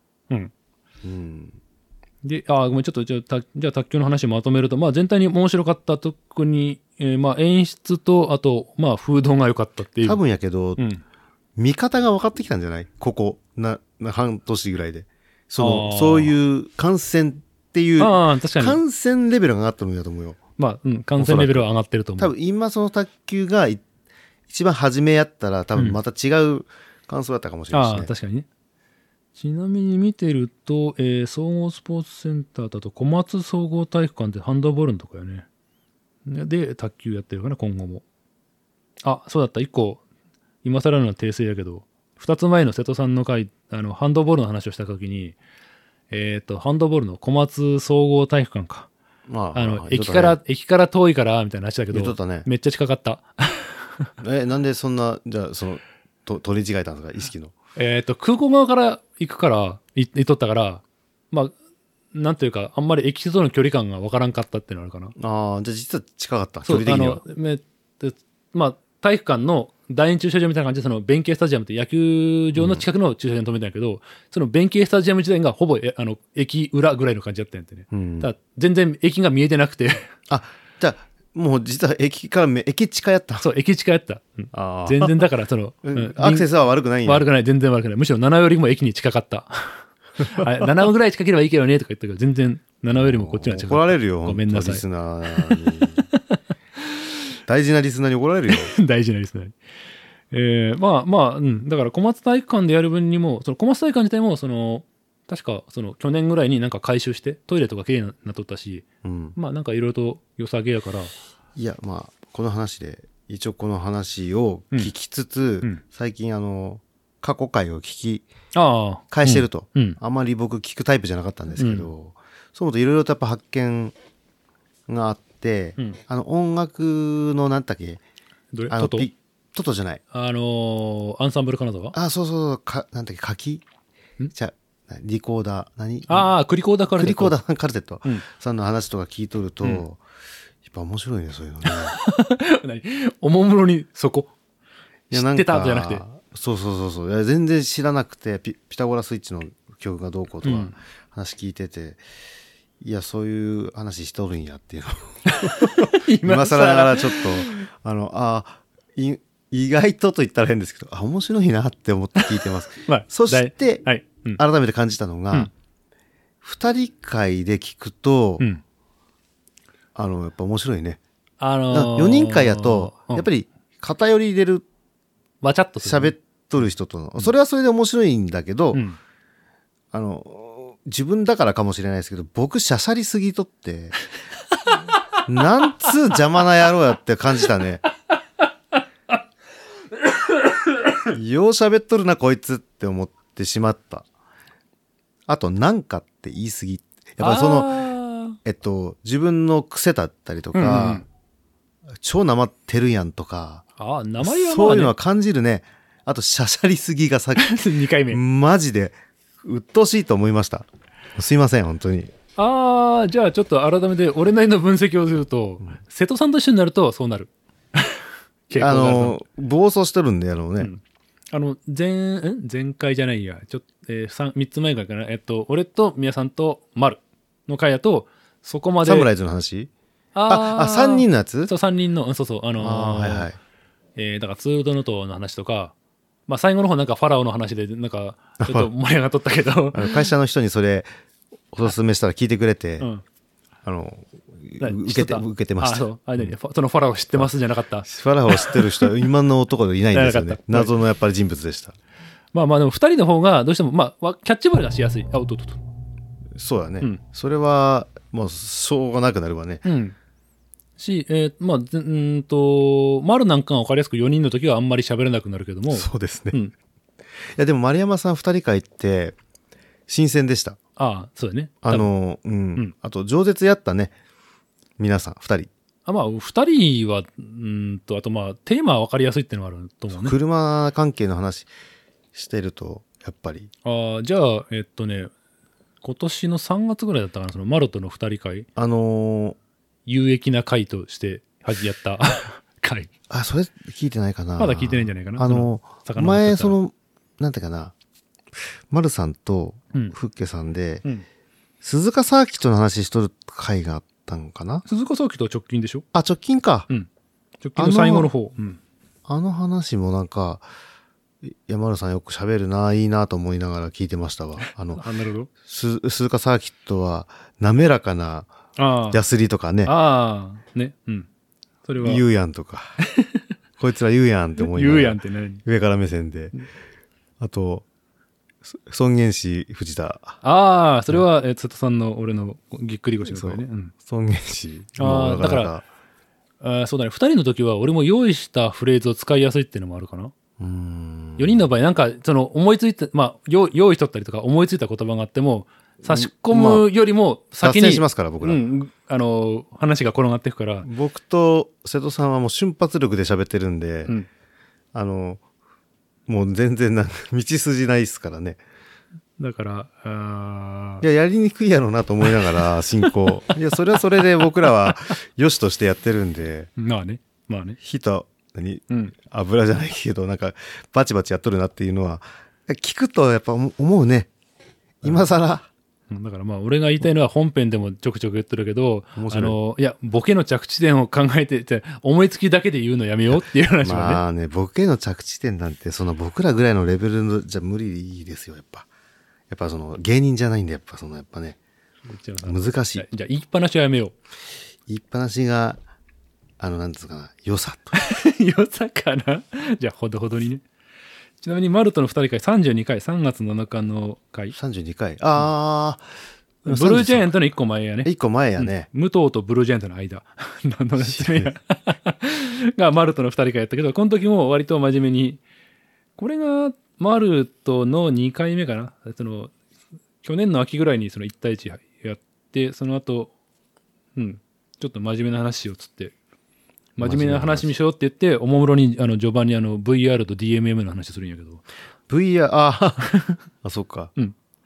で、ごめん、ちょっとじゃあ卓球の話をまとめると、まあ全体に面白かった。特に、まあ演出と、あと、まあ風土が良かったっていう。 多分やけど、見方が分かってきたんじゃない？ここ半年ぐらいで。そういう感染っていう、感染レベルが上がったのだと思うよ。 まあ、感染レベルは上がってると思う。 多分今その卓球が一番初めやったら、多分また違う感想だったかもしれないしね。 確かにね。ちなみに見てると、総合スポーツセンターだと小松総合体育館ってハンドボールのとこやね。で、卓球やってるかな、今後も。そうだった。1個、今更の訂正やけど、2つ前の瀬戸さんの回、ハンドボールの話をしたときに、ハンドボールの小松総合体育館か。駅から遠いから、みたいな話だけど、めっちゃ近かった。 なんでそんな、じゃあ、取り違えたんですか、意識の。 空港側から行っとったから、まあ、なんていうか、あんまり駅との距離感がわからんかったっていうのあるかな。 じゃあ実は近かった、距離的には。 まあ、体育館の第二駐車場みたいな感じで、その弁慶スタジアムって野球場の近くの駐車場に止めたんやけど、その弁慶スタジアム自体がほぼ駅裏ぐらいの感じだったんやってね。だ全然駅が見えてなくて。 じゃあ、もう実は駅近やった。 そう、駅近やった。全然だから、 アクセスは悪くないんや。 悪くない、全然悪くない。むしろ7よりも駅に近かった。7ぐらい近ければいいけどねとか言ったけど、全然7よりもこっちには近かった。 怒られるよ、 ごめんなさい。 リスナーに。大事なリスナーに怒られるよ。 大事なリスナーに。だから小松体育館でやる分にも、その小松体育館自体も、確か去年ぐらいになんか改修して、トイレとかきれいになっとったし、まあなんかいろいろと良さげやから。 いや、まあ、この話で、一応この話を聞きつつ、最近過去回を聞き返してると、あんまり僕聞くタイプじゃなかったんですけど、そう思うといろいろとやっぱ発見があって、音楽のなんだっけ、トトじゃない。 アンサンブル金沢？ そう、なんだっけ、柿？じゃあ、リコーダー、 クリコーダーカルテット。 クリコーダーカルテットさんの話とか聞いとると、やっぱ面白いね、そういうのね。 おもむろにそこ知ってたじゃなくて。 そう。いや全然知らなくて、ピタゴラスイッチの曲がどうこうとか話聞いてて、いや、そういう話しとるんやっていうの。今更ながらちょっと、意外と言ったら変ですけど、面白いなって思って聞いてます。そして、改めて感じたのが、二人会で聞くと、やっぱ面白いね。4人会やと、やっぱり偏り入れる、 わちゃっと喋っとる人との、それはそれで面白いんだけど、自分だからかもしれないですけど、僕しゃしゃりすぎとって、なんつう邪魔な野郎やって感じたね。よう喋っとるなこいつって思ってしまった。あとなんかって言い過ぎ。やっぱり自分の癖だったりとか、超なまってるやんとか、そういうのは感じるね。あとしゃしゃりすぎがさっき 2回目マジで鬱陶しいと思いました。すいません本当に。 じゃあちょっと改めて俺なりの分析をすると、瀬戸さんと一緒になるとそうなる。 暴走してるんでね。 前回じゃないや、3つ前からかな、俺と宮さんと丸の回だと、そこまで。 サムライズの話3人のやつ？ そう、3人の、そう、だからツールドノトの話とか、まあ最後の方なんかファラオの話で、なんか、ちょっと盛り上がっとったけど。 会社の人にそれ、おすすめしたら聞いてくれて、受けてました。 そのファラオ知ってますじゃなかった。 ファラオ知ってる人は今の男でいないんですよね。謎のやっぱり人物でした。 まあでも2人の方がどうしても、キャッチボールがしやすい。 そうだね。それは、もうしょうがなくなるわね。 丸なんかが分かりやすく4人の時はあんまり喋れなくなるけども。 そうですね。 やでも丸山さん2人会って新鮮でした。 ああ、そうだね。 うん。あと饒舌やったね。皆さん2人。 まあ2人はあとまあテーマは分かりやすいっていうのがあると思うね。 車関係の話してるとやっぱり。 じゃあ今年の3月ぐらいだったかな、そのマロとの2人会。有益な会としてやった会。 それ聞いてないかな。 まだ聞いてないんじゃないかな。 前なんていうかな、丸さんとフッケさんで、鈴鹿サーキットの話しとる会があったんかな。 鈴鹿サーキットは直近でしょ。 直近か。 直近の最後の方。 あの話もなんか、山田さんよく喋るな、いいなと思いながら聞いてましたわ。 なるほど。 鈴鹿サーキットは滑らかなヤスリとかね。 ね。それは。 言うやんとか。こいつら言うやんって思いながら。 言うやんって何？ 上から目線で。あと、尊厳死藤田。 それは、瀬戸さんの俺のぎっくり腰の声ね。 尊厳死。 だから、そうだね。2人の時は俺も用意したフレーズを使いやすいっていうのもあるかな。4人の場合なんか思いついた、用意しとったりとか思いついた言葉があっても差し込むよりも先に、 脱線しますから僕ら、 話が転がっていくから。 僕と瀬戸さんはもう瞬発力で喋ってるんで、もう全然道筋ないっすからね。 だからやりにくいやろうなと思いながら進行それはそれで僕らはよしとしてやってるんでまあね火と油じゃないけどなんかバチバチやっとるなっていうのは聞くとやっぱ思うね。今更だから俺が言いたいのは本編でもちょくちょく言ってるけど、いやボケの着地点を考えて思いつきだけで言うのやめようっていう話はね。 ボケの着地点なんてその僕らぐらいのレベルのじゃ無理ですよ。やっぱその芸人じゃないんでやっぱね難しい。 じゃあ言いっぱなしはやめよう。 言いっぱなしがなんですかな、良さと良さかな。じゃあほどほどにね。ちなみにマルとの2人会32回3月7日の回 32回ブルージャイアントの1個前やね。 1個前やね、 武藤とブルージャイアントの間がマルとの2人会やったけど、この時も割と真面目に、これがマルとの2回目かな。去年の秋ぐらいに1対1やって、その後ちょっと真面目な話しようっつって真面目な話にしようって言っておもむろに序盤にVR と DMM の話するんやけど VR そっか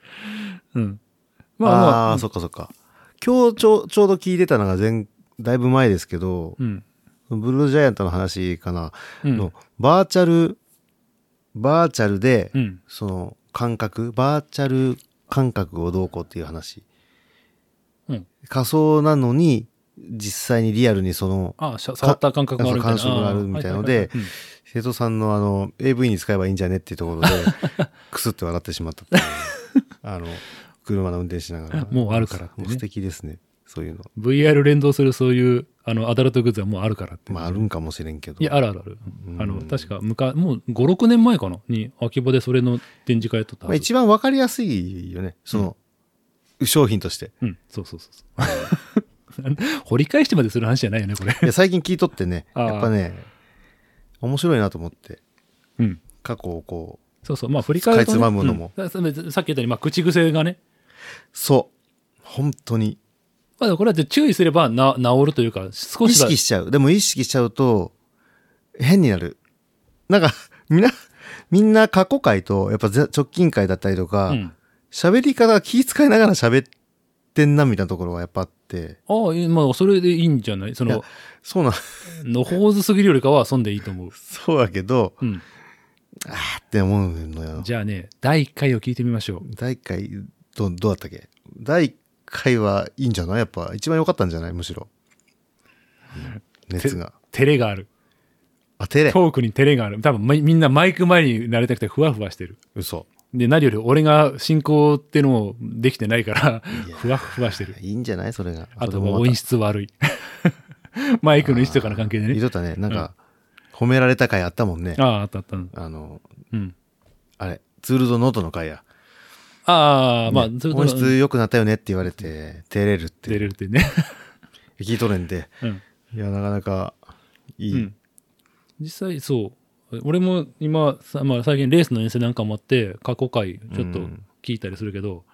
そっか今日ちょうど聞いてたのがだいぶ前ですけど、ブルージャイアントの話かな、のバーチャルで、その感覚バーチャル感覚をどうこうっていう話、仮想なのに実際にリアルに触った感覚があるみたいな感触があるみたいなので、瀬戸さんのAV に使えばいいんじゃねっていうところでクスって笑ってしまったっていう車の運転しながらもうあるからってね。 素敵ですね、そういうの。 VR 連動するそういうアダルトグッズはもうあるからって、 あるんかもしれんけど。 いやある確かもう 5,6 年前かなに秋葉でそれの展示会やっとったはず。 一番わかりやすいよね、商品として。 そう掘り返してまでする話じゃないよねこれ。 いや最近聞いとってねやっぱね面白いなと思って、過去をこう振り返ると、 使いつまむのも、 さっき言ったように口癖がね、 本当にこれは注意すれば治るというか、少し意識しちゃう。でも意識しちゃうと変になる。なんかみんな過去回とやっぱ直近回だったりとか喋、り方気遣いながら喋ってんなみたいなところはやっぱあって、 それでいいんじゃない。そうのほうずすぎるよりかは損でいいと思う。 そうだけど、って思うのよ。 じゃあね、第1回を聞いてみましょう。 第1回どうだったっけ。第1回はいいんじゃない。やっぱ一番良かったんじゃない、むしろ。熱が照れがある。 照れ。 トークに照れがある。多分みんなマイク前に慣れたくてふわふわしてる。 嘘で、何より俺が進行っていうのもできてないからふわふわしてる。 いいんじゃない、それが。 あともう音質悪いマイクの位置とかの関係でね。 言うとったね、なんか、褒められた回あったもんね。 あったあれツールドノートの回や。 音質良くなったよねって言われて照れるってね聞いとれんで、いやなかなかいい、 実際そう俺も今さ、まあ、最近レースの遠征なんかもあって過去回ちょっと聞いたりするけど、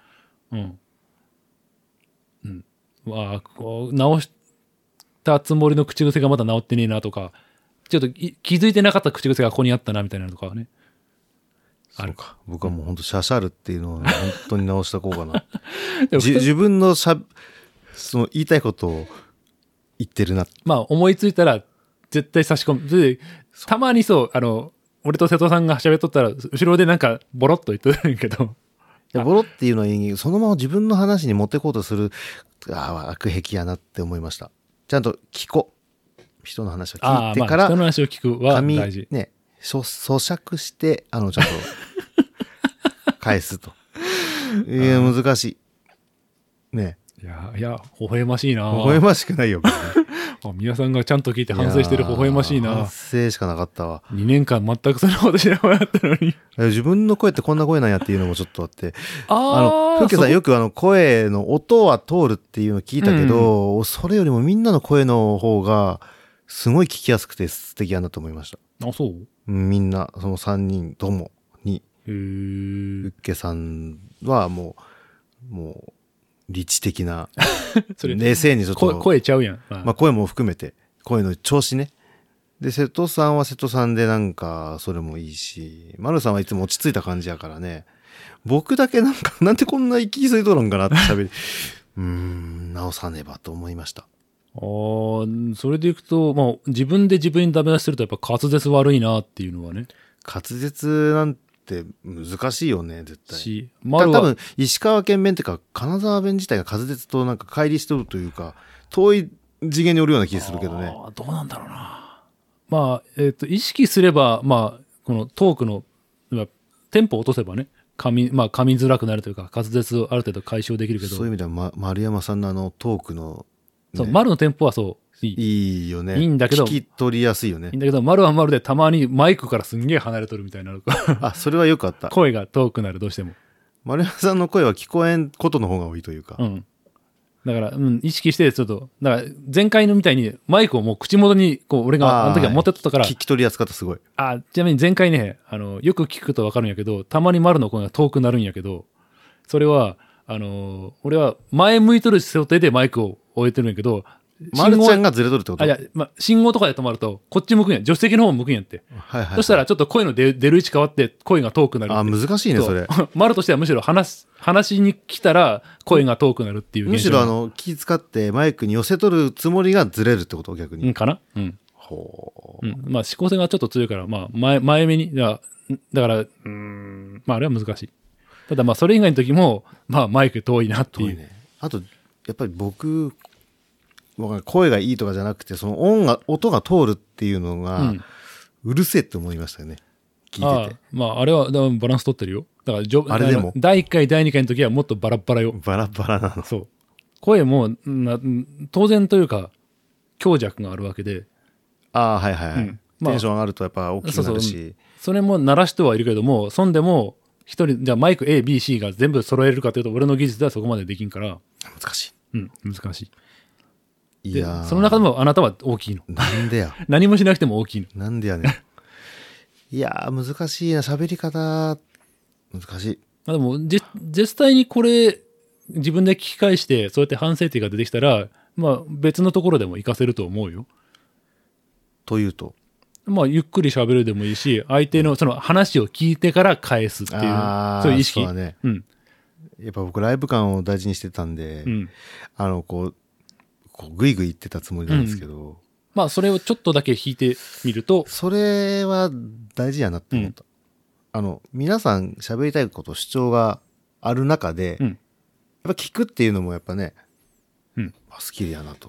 わあこう直したつもりの口癖がまだ直ってねえなとか、ちょっと気づいてなかった口癖がここにあったなみたいなのとかはね。 そうか。僕はもう本当シャシャルっていうのを本当に直したこうかな。自分のその言いたいことを言ってるな。 まあ思いついたら絶対差し込む。でたまにそう俺と瀬戸さんが喋っとったら後ろでなんかボロッと言っとるんやけど。 いやボロっていうのはそのまま自分の話に持ってこうとする悪癖やなって思いました。ちゃんと聞こう。人の話を聞いてから、 人の話を聞くは大事。 ね、咀嚼してちゃんと返すと。いや難しい。ね。 いや微笑ましいな。 微笑ましくないよ。 皆さんがちゃんと聞いて反省してる微笑ましいな。 反省しかなかったわ。 2年間全くそんなことしなかったのに。 自分の声ってこんな声なんやっていうのもちょっとあって。ふうけさんよく声の音は通るっていうのを聞いたけど、それよりもみんなの声の方がすごい聞きやすくて素敵やなと思いました。 あ、そうみんな、その3人ともに。 ふうっけさんはもう、理知的な冷静にちょっと声ちゃうやん、 まあ声も含めて声の調子ね。で瀬戸さんは瀬戸さんでなんかそれもいいし、丸さんはいつも落ち着いた感じやからね。僕だけなんでこんな生き急いとるんかなって喋り直さねばと思いました。 それでいくと、まあ自分で自分にダメ出しするとやっぱ滑舌悪いなっていうのはね。 滑舌なんって難しいよね絶対。 多分石川県弁っていうか金沢弁自体が滑舌となんか乖離してるというか遠い次元におるような気がするけどね。 どうなんだろうな。まあ意識すればまあこのトークのテンポを落とせばね噛みづらくなるというか滑舌をある程度解消できるけど、 そういう意味では、丸山さんのトークの、 ね、そう丸のテンポはそういいよね。 いいんだけど聞き取りやすいよね。 いいんだけど丸は丸でたまにマイクからすんげえ離れとるみたいになるあ、それはよくあった。 声が遠くなるどうしても。 丸山さんの声は聞こえんことの方が多いというか。 だから、意識してちょっとだから前回のみたいにマイクをもう口元にこう俺があの時は持ってっとったから、 聞き取りやすかったすごい。 ちなみに前回ねよく聞くと分かるんやけどたまに丸の声が遠くなるんやけど、それは俺は前向いとる想定でマイクを置いてるんやけど、 丸ちゃんがずれとるってこと？ いや、信号とかで止まるとこっち向くんや、助手席の方向くんやって、そしたらちょっと声の出る位置変わって声が遠くなる。 難しいねそれ。 丸としてはむしろ話に来たら声が遠くなるっていう現象。 むしろ気使ってマイクに寄せとるつもりがずれるってこと逆に。 かな。ほう。まあ指向性がちょっと強いからまあ前目にだからまああれは難しい。ただまあそれ以外の時もまあマイク遠いなっていう。 ね、あとやっぱり僕声がいいとかじゃなくてその音が通るっていうのがうるせえって思いましたよね、聞いてて。 まああれはバランス取ってるよ。だからあれでも第1回第2回の時はもっとバラバラよ。 バラバラなの。 そう声も当然というか強弱があるわけで。 はいはいはい、テンション上がるとやっぱ大きくなるし、 それも鳴らしてはいるけども、そんでも一人じゃあマイク A、B、C が全部揃えるかというと俺の技術ではそこまでできんから難しい。難しい。 いやその中でもあなたは大きいの。 なんでや何もしなくても大きいの。 なんでやねん。いや難しいな、喋り方難しい。 でも実際にこれ自分で聞き返してそうやって反省点が出てきたら、まあ別のところでも活かせると思うよ。 というと、 まあゆっくり喋るでもいいし、相手のその話を聞いてから返すっていうそういう意識。 そうだね。やっぱ僕ライブ感を大事にしてたんで、こうグイグイ言ってたつもりなんですけど、 まあそれをちょっとだけ弾いてみると、 それは大事やなって思った。皆さん喋りたいこと主張がある中で、やっぱ聞くっていうのもやっぱね、スキルやなと、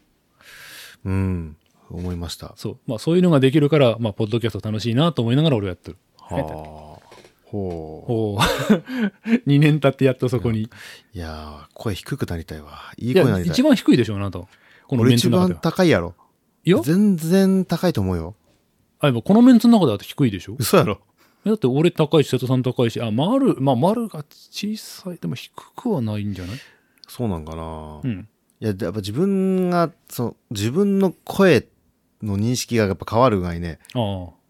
思いました。 まあそういうのができるから、まあポッドキャスト楽しいなと思いながら俺はやってる。 ほう。 2年経ってやっとそこに。 いや声低くなりたいわ。いい声になりたい。 一番低いでしょあなた。このメンツの中では。 俺一番高いやろ。いや全然高いと思うよ。 このメンツの中では低いでしょ。 嘘やろ。 だって俺高いし瀬戸さん高いし、丸が小さい。でも低くはないんじゃない？ そうなんかな。いややっぱ自分が自分の声の認識がやっぱ変わるがいね。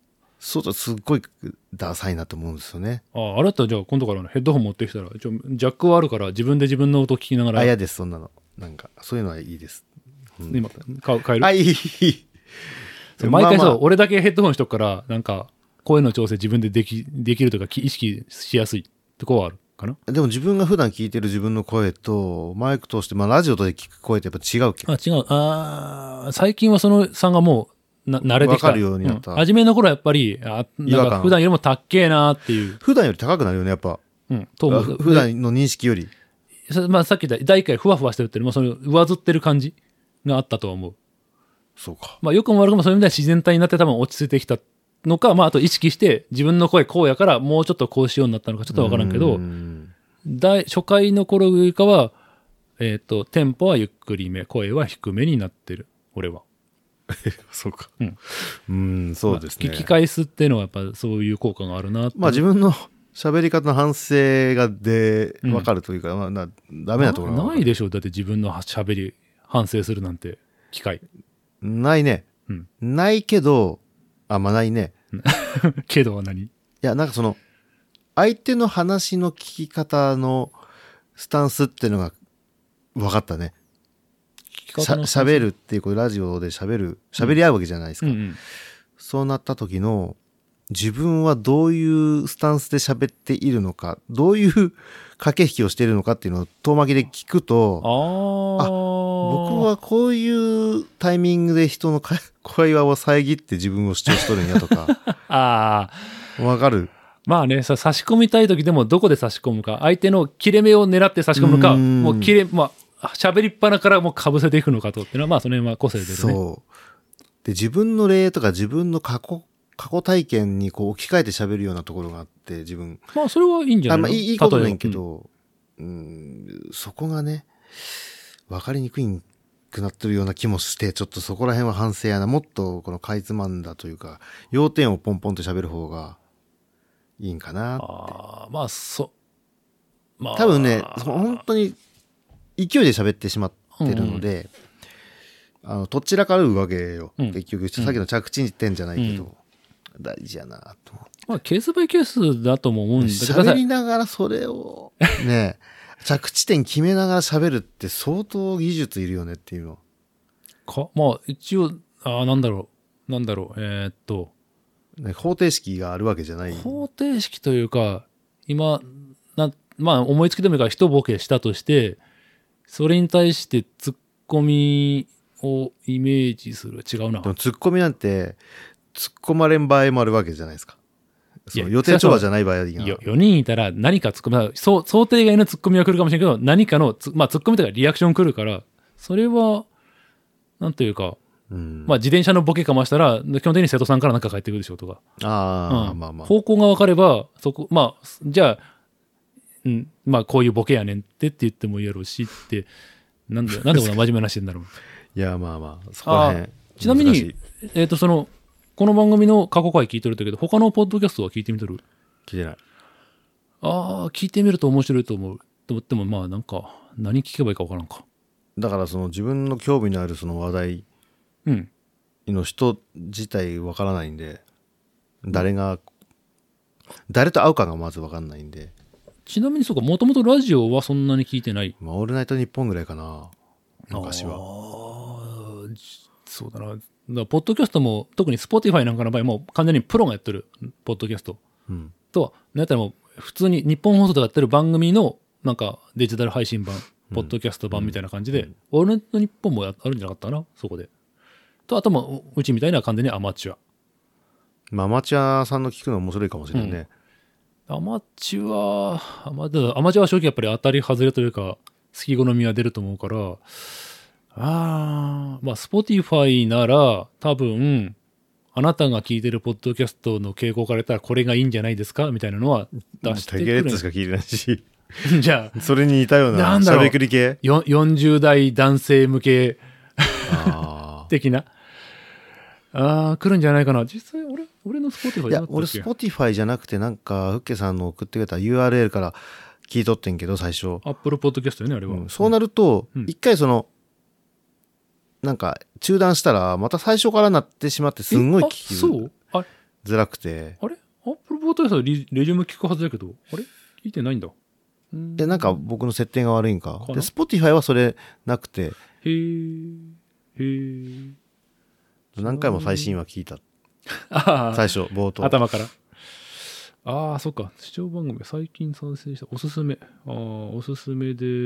そうすっごいダサいなと思うんですよね。 あれだったらじゃあ今度からヘッドホン持ってきたらジャックはあるから自分で自分の音聞きながら。 嫌です、そんなの。なんかそういうのはいいです。 今変える。 いい。 毎回そう、俺だけヘッドホンしとくからなんか声の調整自分でできるというか意識しやすいところはあるかな。 でも自分が普段聞いてる自分の声とマイク通して、ラジオで聞く声ってやっぱ違うっけ。 違う。最近はその差がもう慣れてきた。 分かるようになった。 初めの頃はやっぱりなんか普段よりも高えなっていう。 普段より高くなるよねやっぱ。普段の認識より。 さっき言った第1回ふわふわしてるっていうのもその上ずってる感じがあったとは思う。 そうか。 よくも悪くもそういう意味では自然体になって多分落ち着いてきたのか、あと意識して自分の声こうやからもうちょっとこうしようになったのかちょっとわからんけど、初回の頃よりかは、テンポはゆっくりめ、声は低めになってる、俺は。 そうか。そうですね。 聞き返すっていうのはやっぱそういう効果があるなって。 自分の喋り方の反省が分かるというか、ダメなところはないでしょ。だって自分の喋り反省するなんて機会。 ないね。ないけど、ないね。 けどは何？ いや、なんかその、相手の話の聞き方のスタンスっていうのが分かったね。喋るっていう、ラジオで喋り合うわけじゃないですか。そうなった時の、自分はどういうスタンスで喋っているのか、どういう駆け引きをしているのかっていうのを遠巻きで聞くと、僕はこういうタイミングで人の会話を遮って自分を主張しとるんやとか。わかる。 差し込みたい時でもどこで差し込むか、相手の切れ目を狙って差し込むか、もう喋りっぱなからもう被せていくのかとっていうのは、その辺は個性でるね。 そう。で、自分の例とか自分の過去体験に置き換えて喋るようなところがあって、自分。 それはいいんじゃないの？ いいことねんけど、そこがね、分かりにくくなってるような気もして、ちょっとそこら辺は反省やな。もっとこのかいつまんだというか、要点をポンポンと喋る方がいいんかなって。多分ね、本当に勢いで喋ってしまってるので、どちらかるわけよ。結局、さっきの着地点じゃないけど、大事やなと思って。 ケースバイケースだとも思うんだけど。 喋りながらそれを、ね、着地点決めながら喋るって相当技術いるよねっていうの。 一応、なんだろう。 方程式があるわけじゃない。 方程式というか、今、思いつきでもいいから一ボケしたとして、それに対してツッコミをイメージする。違うな。 でもツッコミなんて、突っ込まれん場合もあるわけじゃないですか。予定調和じゃない場合が。 4人いたら何かツッコミ、想定外のツッコミは来るかもしれないけど、何かのツッコミとかリアクション来るから、それは、なんというか、自転車のボケかましたら、基本的に瀬戸さんから何か返ってくるでしょとか。方向が分かれば、じゃあ、こういうボケやねんって言ってもいいやろうしって、なんでこんな真面目な話してんだろう。 いや、そこら辺。 ちなみに、この番組の過去回聞いてるんだけど、他のポッドキャストは聞いてみてる？ 聞いてない。 聞いてみると面白いと思う。と思っても、何聞けばいいか分からんか。 だから自分の興味のあるその話題の人自体分からないんで、誰と会うかがまず分かんないんで。 ちなみにそうか、もともとラジオはそんなに聞いてない？ オールナイトニッポンぐらいかな、昔は。 そうだな。ポッドキャストも特に Spotify なんかの場合もう完全にプロがやってるポッドキャスト、とはなんやったらもう普通に日本放送でやってる番組のなんかデジタル配信版、ポッドキャスト版みたいな感じで、オールナイトニッポンもあるんじゃなかったかな、そこで。とあともうちみたいな完全にアマチュア。 アマチュアさんの聞くの面白いかもしれないね。 アマチュアは正直やっぱり当たり外れというか好き好みは出ると思うから。Spotify なら多分あなたが聞いてるポッドキャストの傾向から言ったらこれがいいんじゃないですかみたいなのは出してくる。 タゲレッツしか聞いてないしじゃあそれに似たようなしゃべくり系 40代男性向け的な来るんじゃないかな。実際俺の Spotify じゃなくて。 俺 Spotify じゃなくてなんかフッケさんの送ってくれた URL から聞いとってんけど最初 Apple Podcast よねあれは、 そうなると一回なんか中断したらまた最初からなってしまってすんごい聞きそうづらくて。 あれアップルポッドキャストレジュム聞くはずだけど、あれ聞いてないんだ。 で、なんか僕の設定が悪いんか。で、Spotify はそれなくて。 へー。 何回も最新話聞いた。最初、冒頭。 頭から。ああ、そっか。視聴番組、最近賛成した。おすすめ。おすすめで、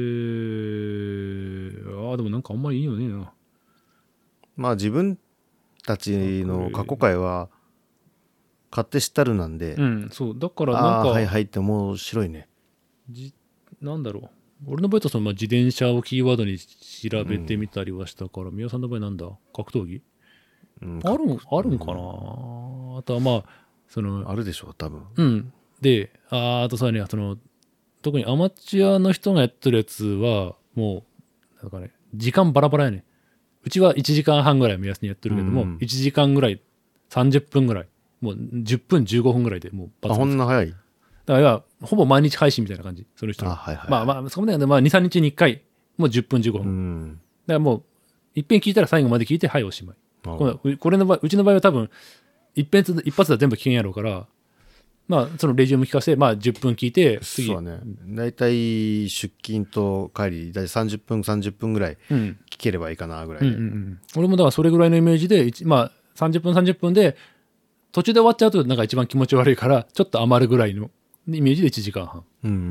でもなんかあんまりいいのねえな。 まあ自分たちの過去回は、勝手知ったるなんで。 うん、そう。だからなんか。 はいはいって面白いね。 なんだろう。俺の場合とその自転車をキーワードに調べてみたりはしたから、宮さんの場合なんだ格闘技、あるんかな、あとはまあ、 あるでしょう、多分。 うん。で、あとさらに特にアマチュアの人がやってるやつは、もう、なんかね、時間バラバラやね。うちは1時間半ぐらい目安にやってるけども、1時間ぐらい、30分ぐらい、もう10分15分ぐらいでもうバツバツ。こんな早い？ だからほぼ毎日配信みたいな感じ、その人。 はいはい、 まあ、そこまで2、3日に1回、もう10分15分。だからもう、いっぺん聞いたら最後まで聞いて、はい、おしまい。これの場合、うちの場合は多分、一発で全部聞けんやろうから、まあ、そのレジュム聞かせて、まあ、10分聞いて、次。 そうね。だいたい出勤と帰り、だいたい30分ぐらい聞ければいいかな、ぐらいで。 俺もだからそれぐらいのイメージで、まあ、30分で、途中で終わっちゃうとなんか一番気持ち悪いから、ちょっと余るぐらいのイメージで1時間半。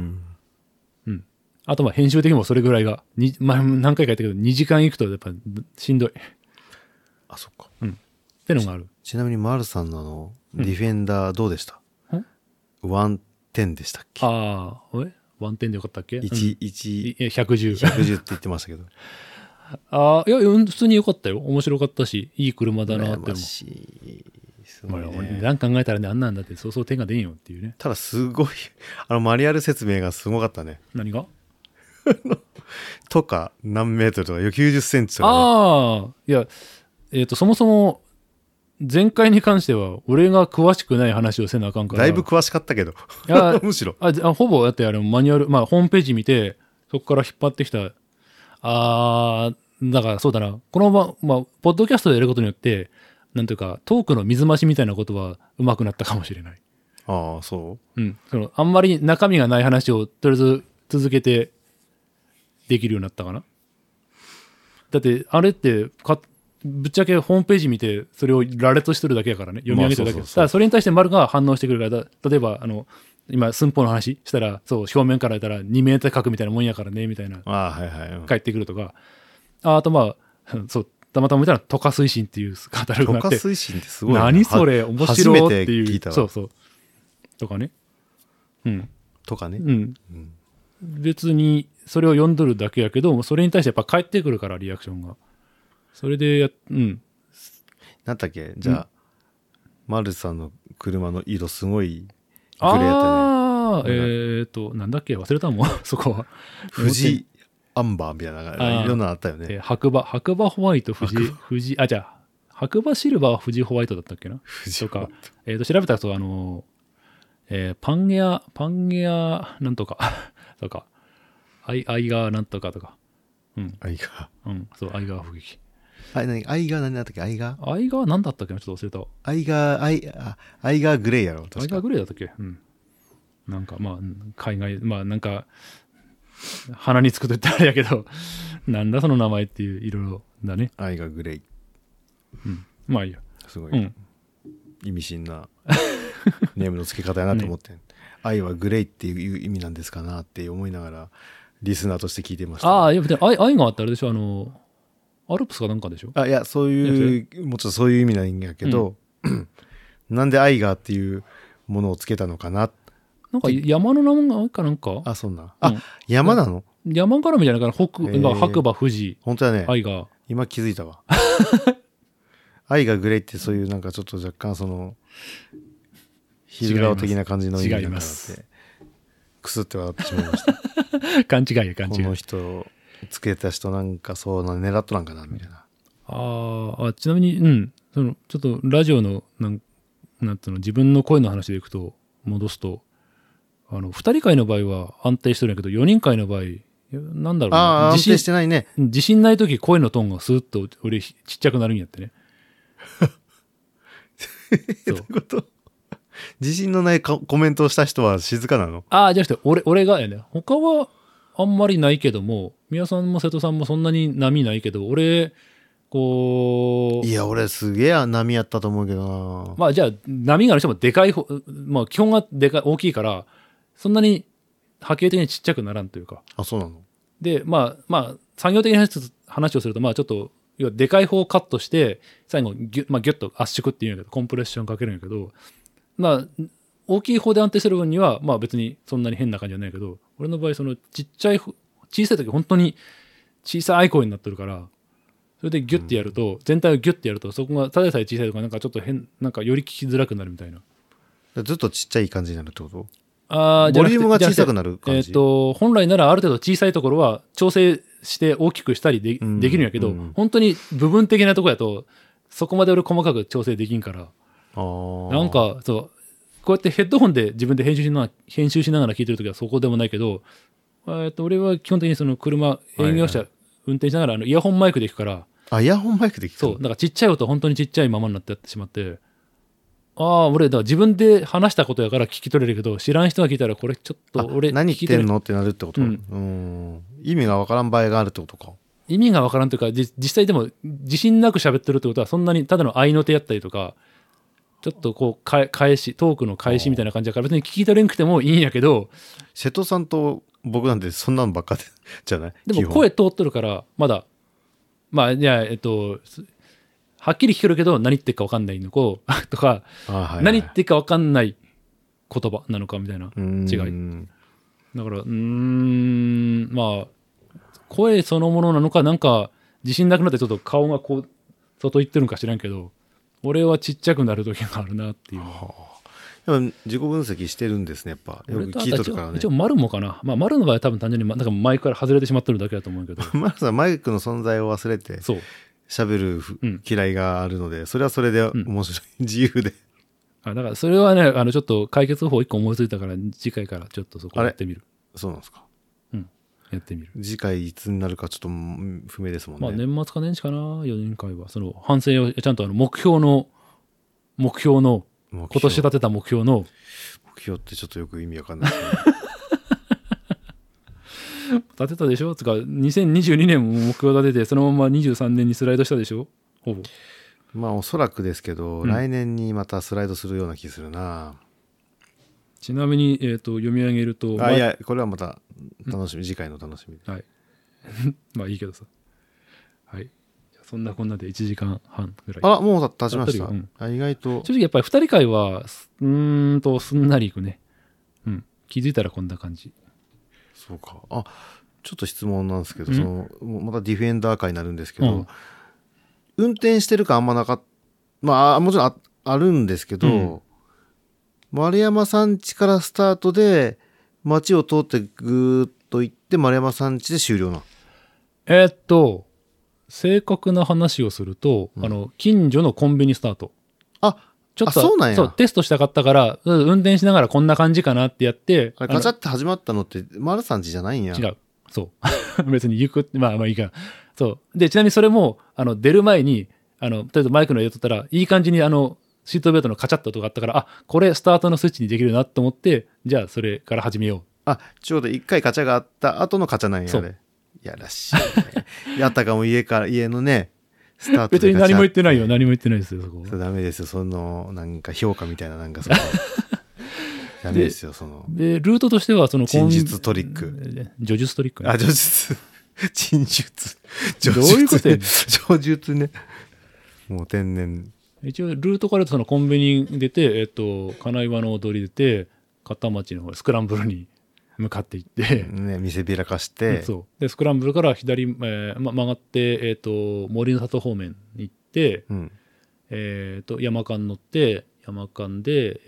あとまあ編集的にもそれぐらいが、まあ何回か言ったけど、2時間いくとやっぱしんどい。 あ、そっか。 ってのがある。 ちなみに丸さんのディフェンダーどうでした？ワンテンでしたっけ？ ワンテンでよかったっけ ？110 110 って言ってましたけど。 いや、普通によかったよ。面白かったし、いい車だなって思う。何考えたらね、あんなんだってそうそう点が出んよっていうね。 ただすごいマニュアル説明がすごかったね。 何がとか何メートルとか90センチとか、 ね。いや、そもそも前回に関しては俺が詳しくない話をせなあかんから。 だいぶ詳しかったけどむしろほぼだってマニュアル、まあホームページ見てそこから引っ張ってきた。だからそうだな、このまあポッドキャストでやることによってなんていうかトークの水増しみたいなことは上手くなったかもしれない。 ああ、そう。 あんまり中身がない話をとりあえず続けてできるようになったかな。だってあれってぶっちゃけホームページ見てそれを羅列してるだけやからね、読み上げてるだけ。だからそれに対して丸が反応してくるから、例えば今寸法の話したら、そう正面からやったら2メートル角みたいなもんやからねみたいな、返ってくるとか、あとまあそうたまたま見たらトカ推進っていうカタログがあって、 トカ推進ってすごいな、 何それ面白いっていう、 初めて聞いたわ。 そうとかね、 とかね、 別にそれを読んどるだけやけど、それに対してやっぱ返ってくるからリアクションが。それでなんだっけ、じゃあ、丸さんの車の色すごいグレーやったね。なんだっけ忘れたもんそこは。 富士アンバーみたいな、いろんなのあったよね。 白馬ホワイト、じゃあ、白馬シルバーは富士ホワイトだったっけなとか、調べたらそう、パンゲアなんとか、とか、アイガーなんとかとか。 アイガー。そう、アイガー吹雪。 アイガー何だったっけ？アイガー何だったっけな、ちょっと忘れた。 アイガーグレーやろ、確か。 アイガーグレーだったっけ？なんかまあ、海外、まあなんか、鼻につくと言ったらあれやけど、なんだその名前っていう、いろいろだね。 アイガーグレー。 まあいいや。 すごい。意味深なネームの付け方やなと思って。愛はグレーっていう意味なんですかなって思いながら、リスナーとして聞いてました。 いや、愛があったらあれでしょ、アルプスかなんかでしょ。 いや、そういう、もちろんそういう意味なんやけど、なんで愛がっていうものをつけたのかな。 なんか山の名前かなんか。 そんな。山なの？ 山からみたいなから、白馬、富士。 本当だね。 愛が。 今気づいたわ。愛がグレーってそういうなんかちょっと若干昼顔的な感じの意味があって、くすって笑ってしまいました。 勘違い。この人つけた人なんかそうな狙っとなんかなみたいな。 ちなみにちょっとラジオのなんていうの、自分の声の話でいくと戻すと、2人会の場合は安定してるんやけど、4人会の場合なんだろうな、 安定してないね。 自信ない時声のトーンがスーッと俺ちっちゃくなるんやってね。 どういうこと？ 自信のないコメントをした人は静かなの？ じゃなくて、俺がやね。他はあんまりないけども、宮さんも瀬戸さんもそんなに波ないけど、俺、こう。 いや、俺すげえ波やったと思うけどな。じゃあ、波がある人もでかい方、基本が大きいから、そんなに波形的にちっちゃくならんというか。 あ、そうなの？ で、産業的な話をすると、ちょっと、要はでかい方をカットして、最後ギュッと圧縮っていうんやけど、コンプレッションかけるんやけど、大きい方で安定する分には、別にそんなに変な感じじゃないけど、俺の場合、小さい時本当に小さい声になってるから、それでギュッてやると、全体をギュッてやると、そこがただでさえ小さいとか、なんかちょっとより聞きづらくなるみたいな。 ずっとちっちゃい感じになるってこと？ ボリュームが小さくなる感じ？ 本来ならある程度小さいところは調整して大きくしたりできるんやけど、本当に部分的なところやと、そこまで俺細かく調整できんから、なんかそう、こうやってヘッドホンで自分で編集しながら聞いてるときはそこでもないけど、俺は基本的にその車、営業車、運転しながらイヤホンマイクで聞くから。 イヤホンマイクで聞く？ そう。だからちっちゃい音本当にちっちゃいままになってやってしまって、俺、だから自分で話したことやから聞き取れるけど、知らん人が聞いたらこれちょっと俺何言ってんのってなるってこと？意味がわからん場合があるってことか。 意味がわからんというか、実際でも自信なく喋ってるってことはそんなにただの合いの手やったりとか、ちょっとこう返し、トークの返しみたいな感じだから別に聞き取れんくてもいいんやけど、 瀬戸さんと僕なんてそんなのばっかでじゃない？ でも声通っとるからまだはっきり聞けるけど何言ってるか分かんないのとか、何言ってるか分かんない言葉なのかみたいな違いだから声そのものなのか、なんか自信なくなってちょっと顔がこう外行ってるんか知らんけど、俺はちっちゃくなる時があるなっていう。 やっぱ自己分析してるんですね。やっぱよく聞いとるからね。 一応丸もかな。丸の場合は多分単純になんかマイクから外れてしまってるだけだと思うけど。 丸さんマイクの存在を忘れて喋る嫌いがあるので、それはそれで面白い、自由で。 だからそれはね、ちょっと解決法1個思いついたから次回からちょっとそこやってみる。 そうなんですか。 やってみる。 次回いつになるかちょっと不明ですもんね。 年末か年始かな、4年会は。その反省をちゃんと目標の今年立てた目標ってちょっとよく意味わかんないですね。 立てたでしょ？つか2022年も目標立ててそのまま23年にスライドしたでしょ？ほぼ。 おそらくですけど、来年にまたスライドするような気するな。 ちなみに、読み上げると、 いやこれはまた楽しみ、次回の楽しみ。 はいいいけどさ、はい、そんなこんなで1時間半ぐらい。 もう経ちました。意外と正直やっぱり2人会はすんなりいくね。気づいたらこんな感じ。 そうか。ちょっと質問なんですけど、またディフェンダー会になるんですけど、運転してるかあんまなかった。もちろん あるんですけど、丸山さん家からスタートで街を通ってぐーっと行って丸山さん家で終了な。 正確な話をすると、近所のコンビニスタート。ちょっとそうなんや。 テストしたかったから運転しながらこんな感じかなってやって、 ガチャって始まったのって丸さん家じゃないんや。 違う。そう別に行くっていいか。そうで、ちなみにそれも出る前に例えばマイクの入れとったらいい感じにシートベルトのカチャッと音があったから、これスタートのスイッチにできるなと思って、じゃあそれから始めよう。ちょうど一回カチャがあった後のカチャなんや。ね。やらしい、ね。やったかも家のね、スタートで別に何も言ってないよ。何も言ってないですよ、そこ。 ダメですよ。その、なんか評価みたいな、なんかその、ダメですよ、その。 で、ルートとしては、 陳述トリック。 叙述トリック、 ね。叙述。陳述。 どういうことやねん。 叙述ね。もう天然。 一応、ルートからそのコンビニ出て、金岩の通り出て、片町の方スクランブルに向かっていって、 店開かして、 でスクランブルから左、曲がって、森の里方面に行って、山間乗って山間で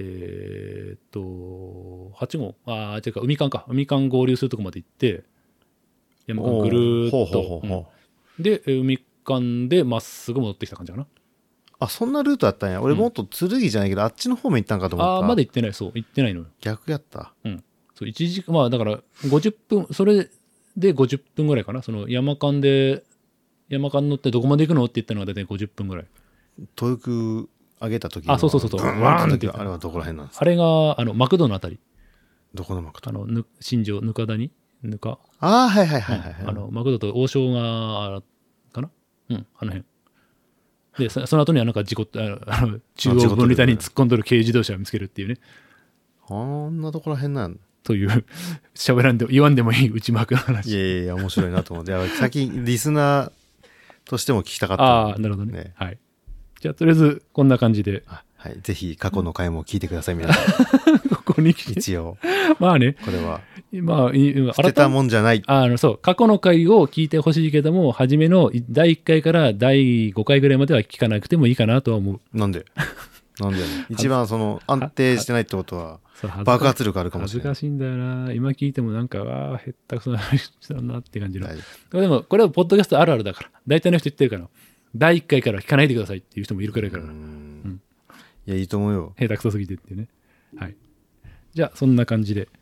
8号海間合流するとこまで行って山間ぐるーっとで海間でまっすぐ戻ってきた感じかな。 そんなルートだったんや。俺もっと剣じゃないけど、あっちの方面行ったんかと思った。 まだ行ってない。行ってないのよ。 逆やった。 1時間だから50分、それで50分ぐらいかな。その山間乗ってどこまで行くのって言ったのが大体50分ぐらい。 遠く上げた時のそう。 ワーンってあれはどこら辺なんですか？ あれがマクドのあたり。 どこのマクド？ 新庄ぬか谷ぬか。 はい。 マクドと王将がかな。あの辺。でその後にはなんか事故中央分離帯に突っ込んどる軽自動車を見つけるっていうね。 あんなとこら辺なんという言わんでもいい内幕の話。 いや面白いなと思って先にリスナーとしても聞きたかった。 なるほどね。はい。じゃあとりあえずこんな感じで、 はい、ぜひ過去の回も聞いてください皆さん。 ここに来て一応まあね、 これは捨てたもんじゃない。 そう過去の回を聞いてほしいけども、初めの第1回から第5回ぐらいまでは聞かなくてもいいかなとは思う。 なんで一番その安定してないってことは爆発力あるかもしれない。 恥ずかしいんだよな。今聞いてもなんかへったくそな話だなって感じの。でもこれはポッドキャストあるあるだから、大体の人言ってるから、第1回から聞かないでくださいっていう人もいるから。 いやいいと思うよ。 下手くそすぎてっていうね。はい。じゃあそんな感じで。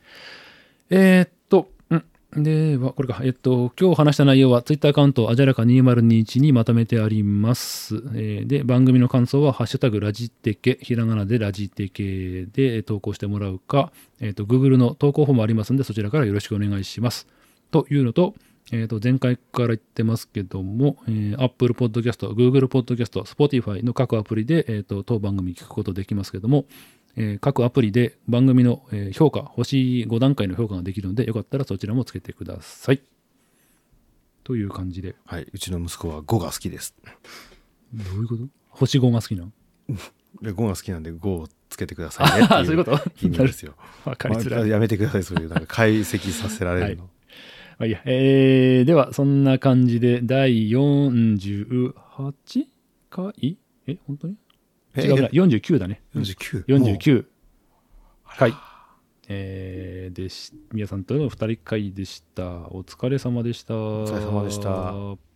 ではこれか。今日話した内容は Twitter アカウントあじゃらか2021にまとめてあります。で、番組の感想はハッシュタグラジテケ、ひらがなでラジテケで投稿してもらうか、Google の投稿フォームありますので、そちらからよろしくお願いします。というのと、前回から言ってますけども、Apple Podcast、Google Podcast、Spotify の各アプリで、当番組聞くことできますけども、各アプリで番組の評価、星5段階の評価ができるので、よかったらそちらもつけてください。という感じで。 はい、うちの息子は5が好きです。 どういうこと？星5が好きなの ？5が好きなんで5をつけてくださいねっていうそういうこと意味ですよ。 わかりづらい。 やめてください、そういうなんか解析させられるの。 はい、では、そんな感じで、第48回本当に違うな、49だね。49回。皆さんとの2人会でした。お疲れ様でした。 お疲れ様でした。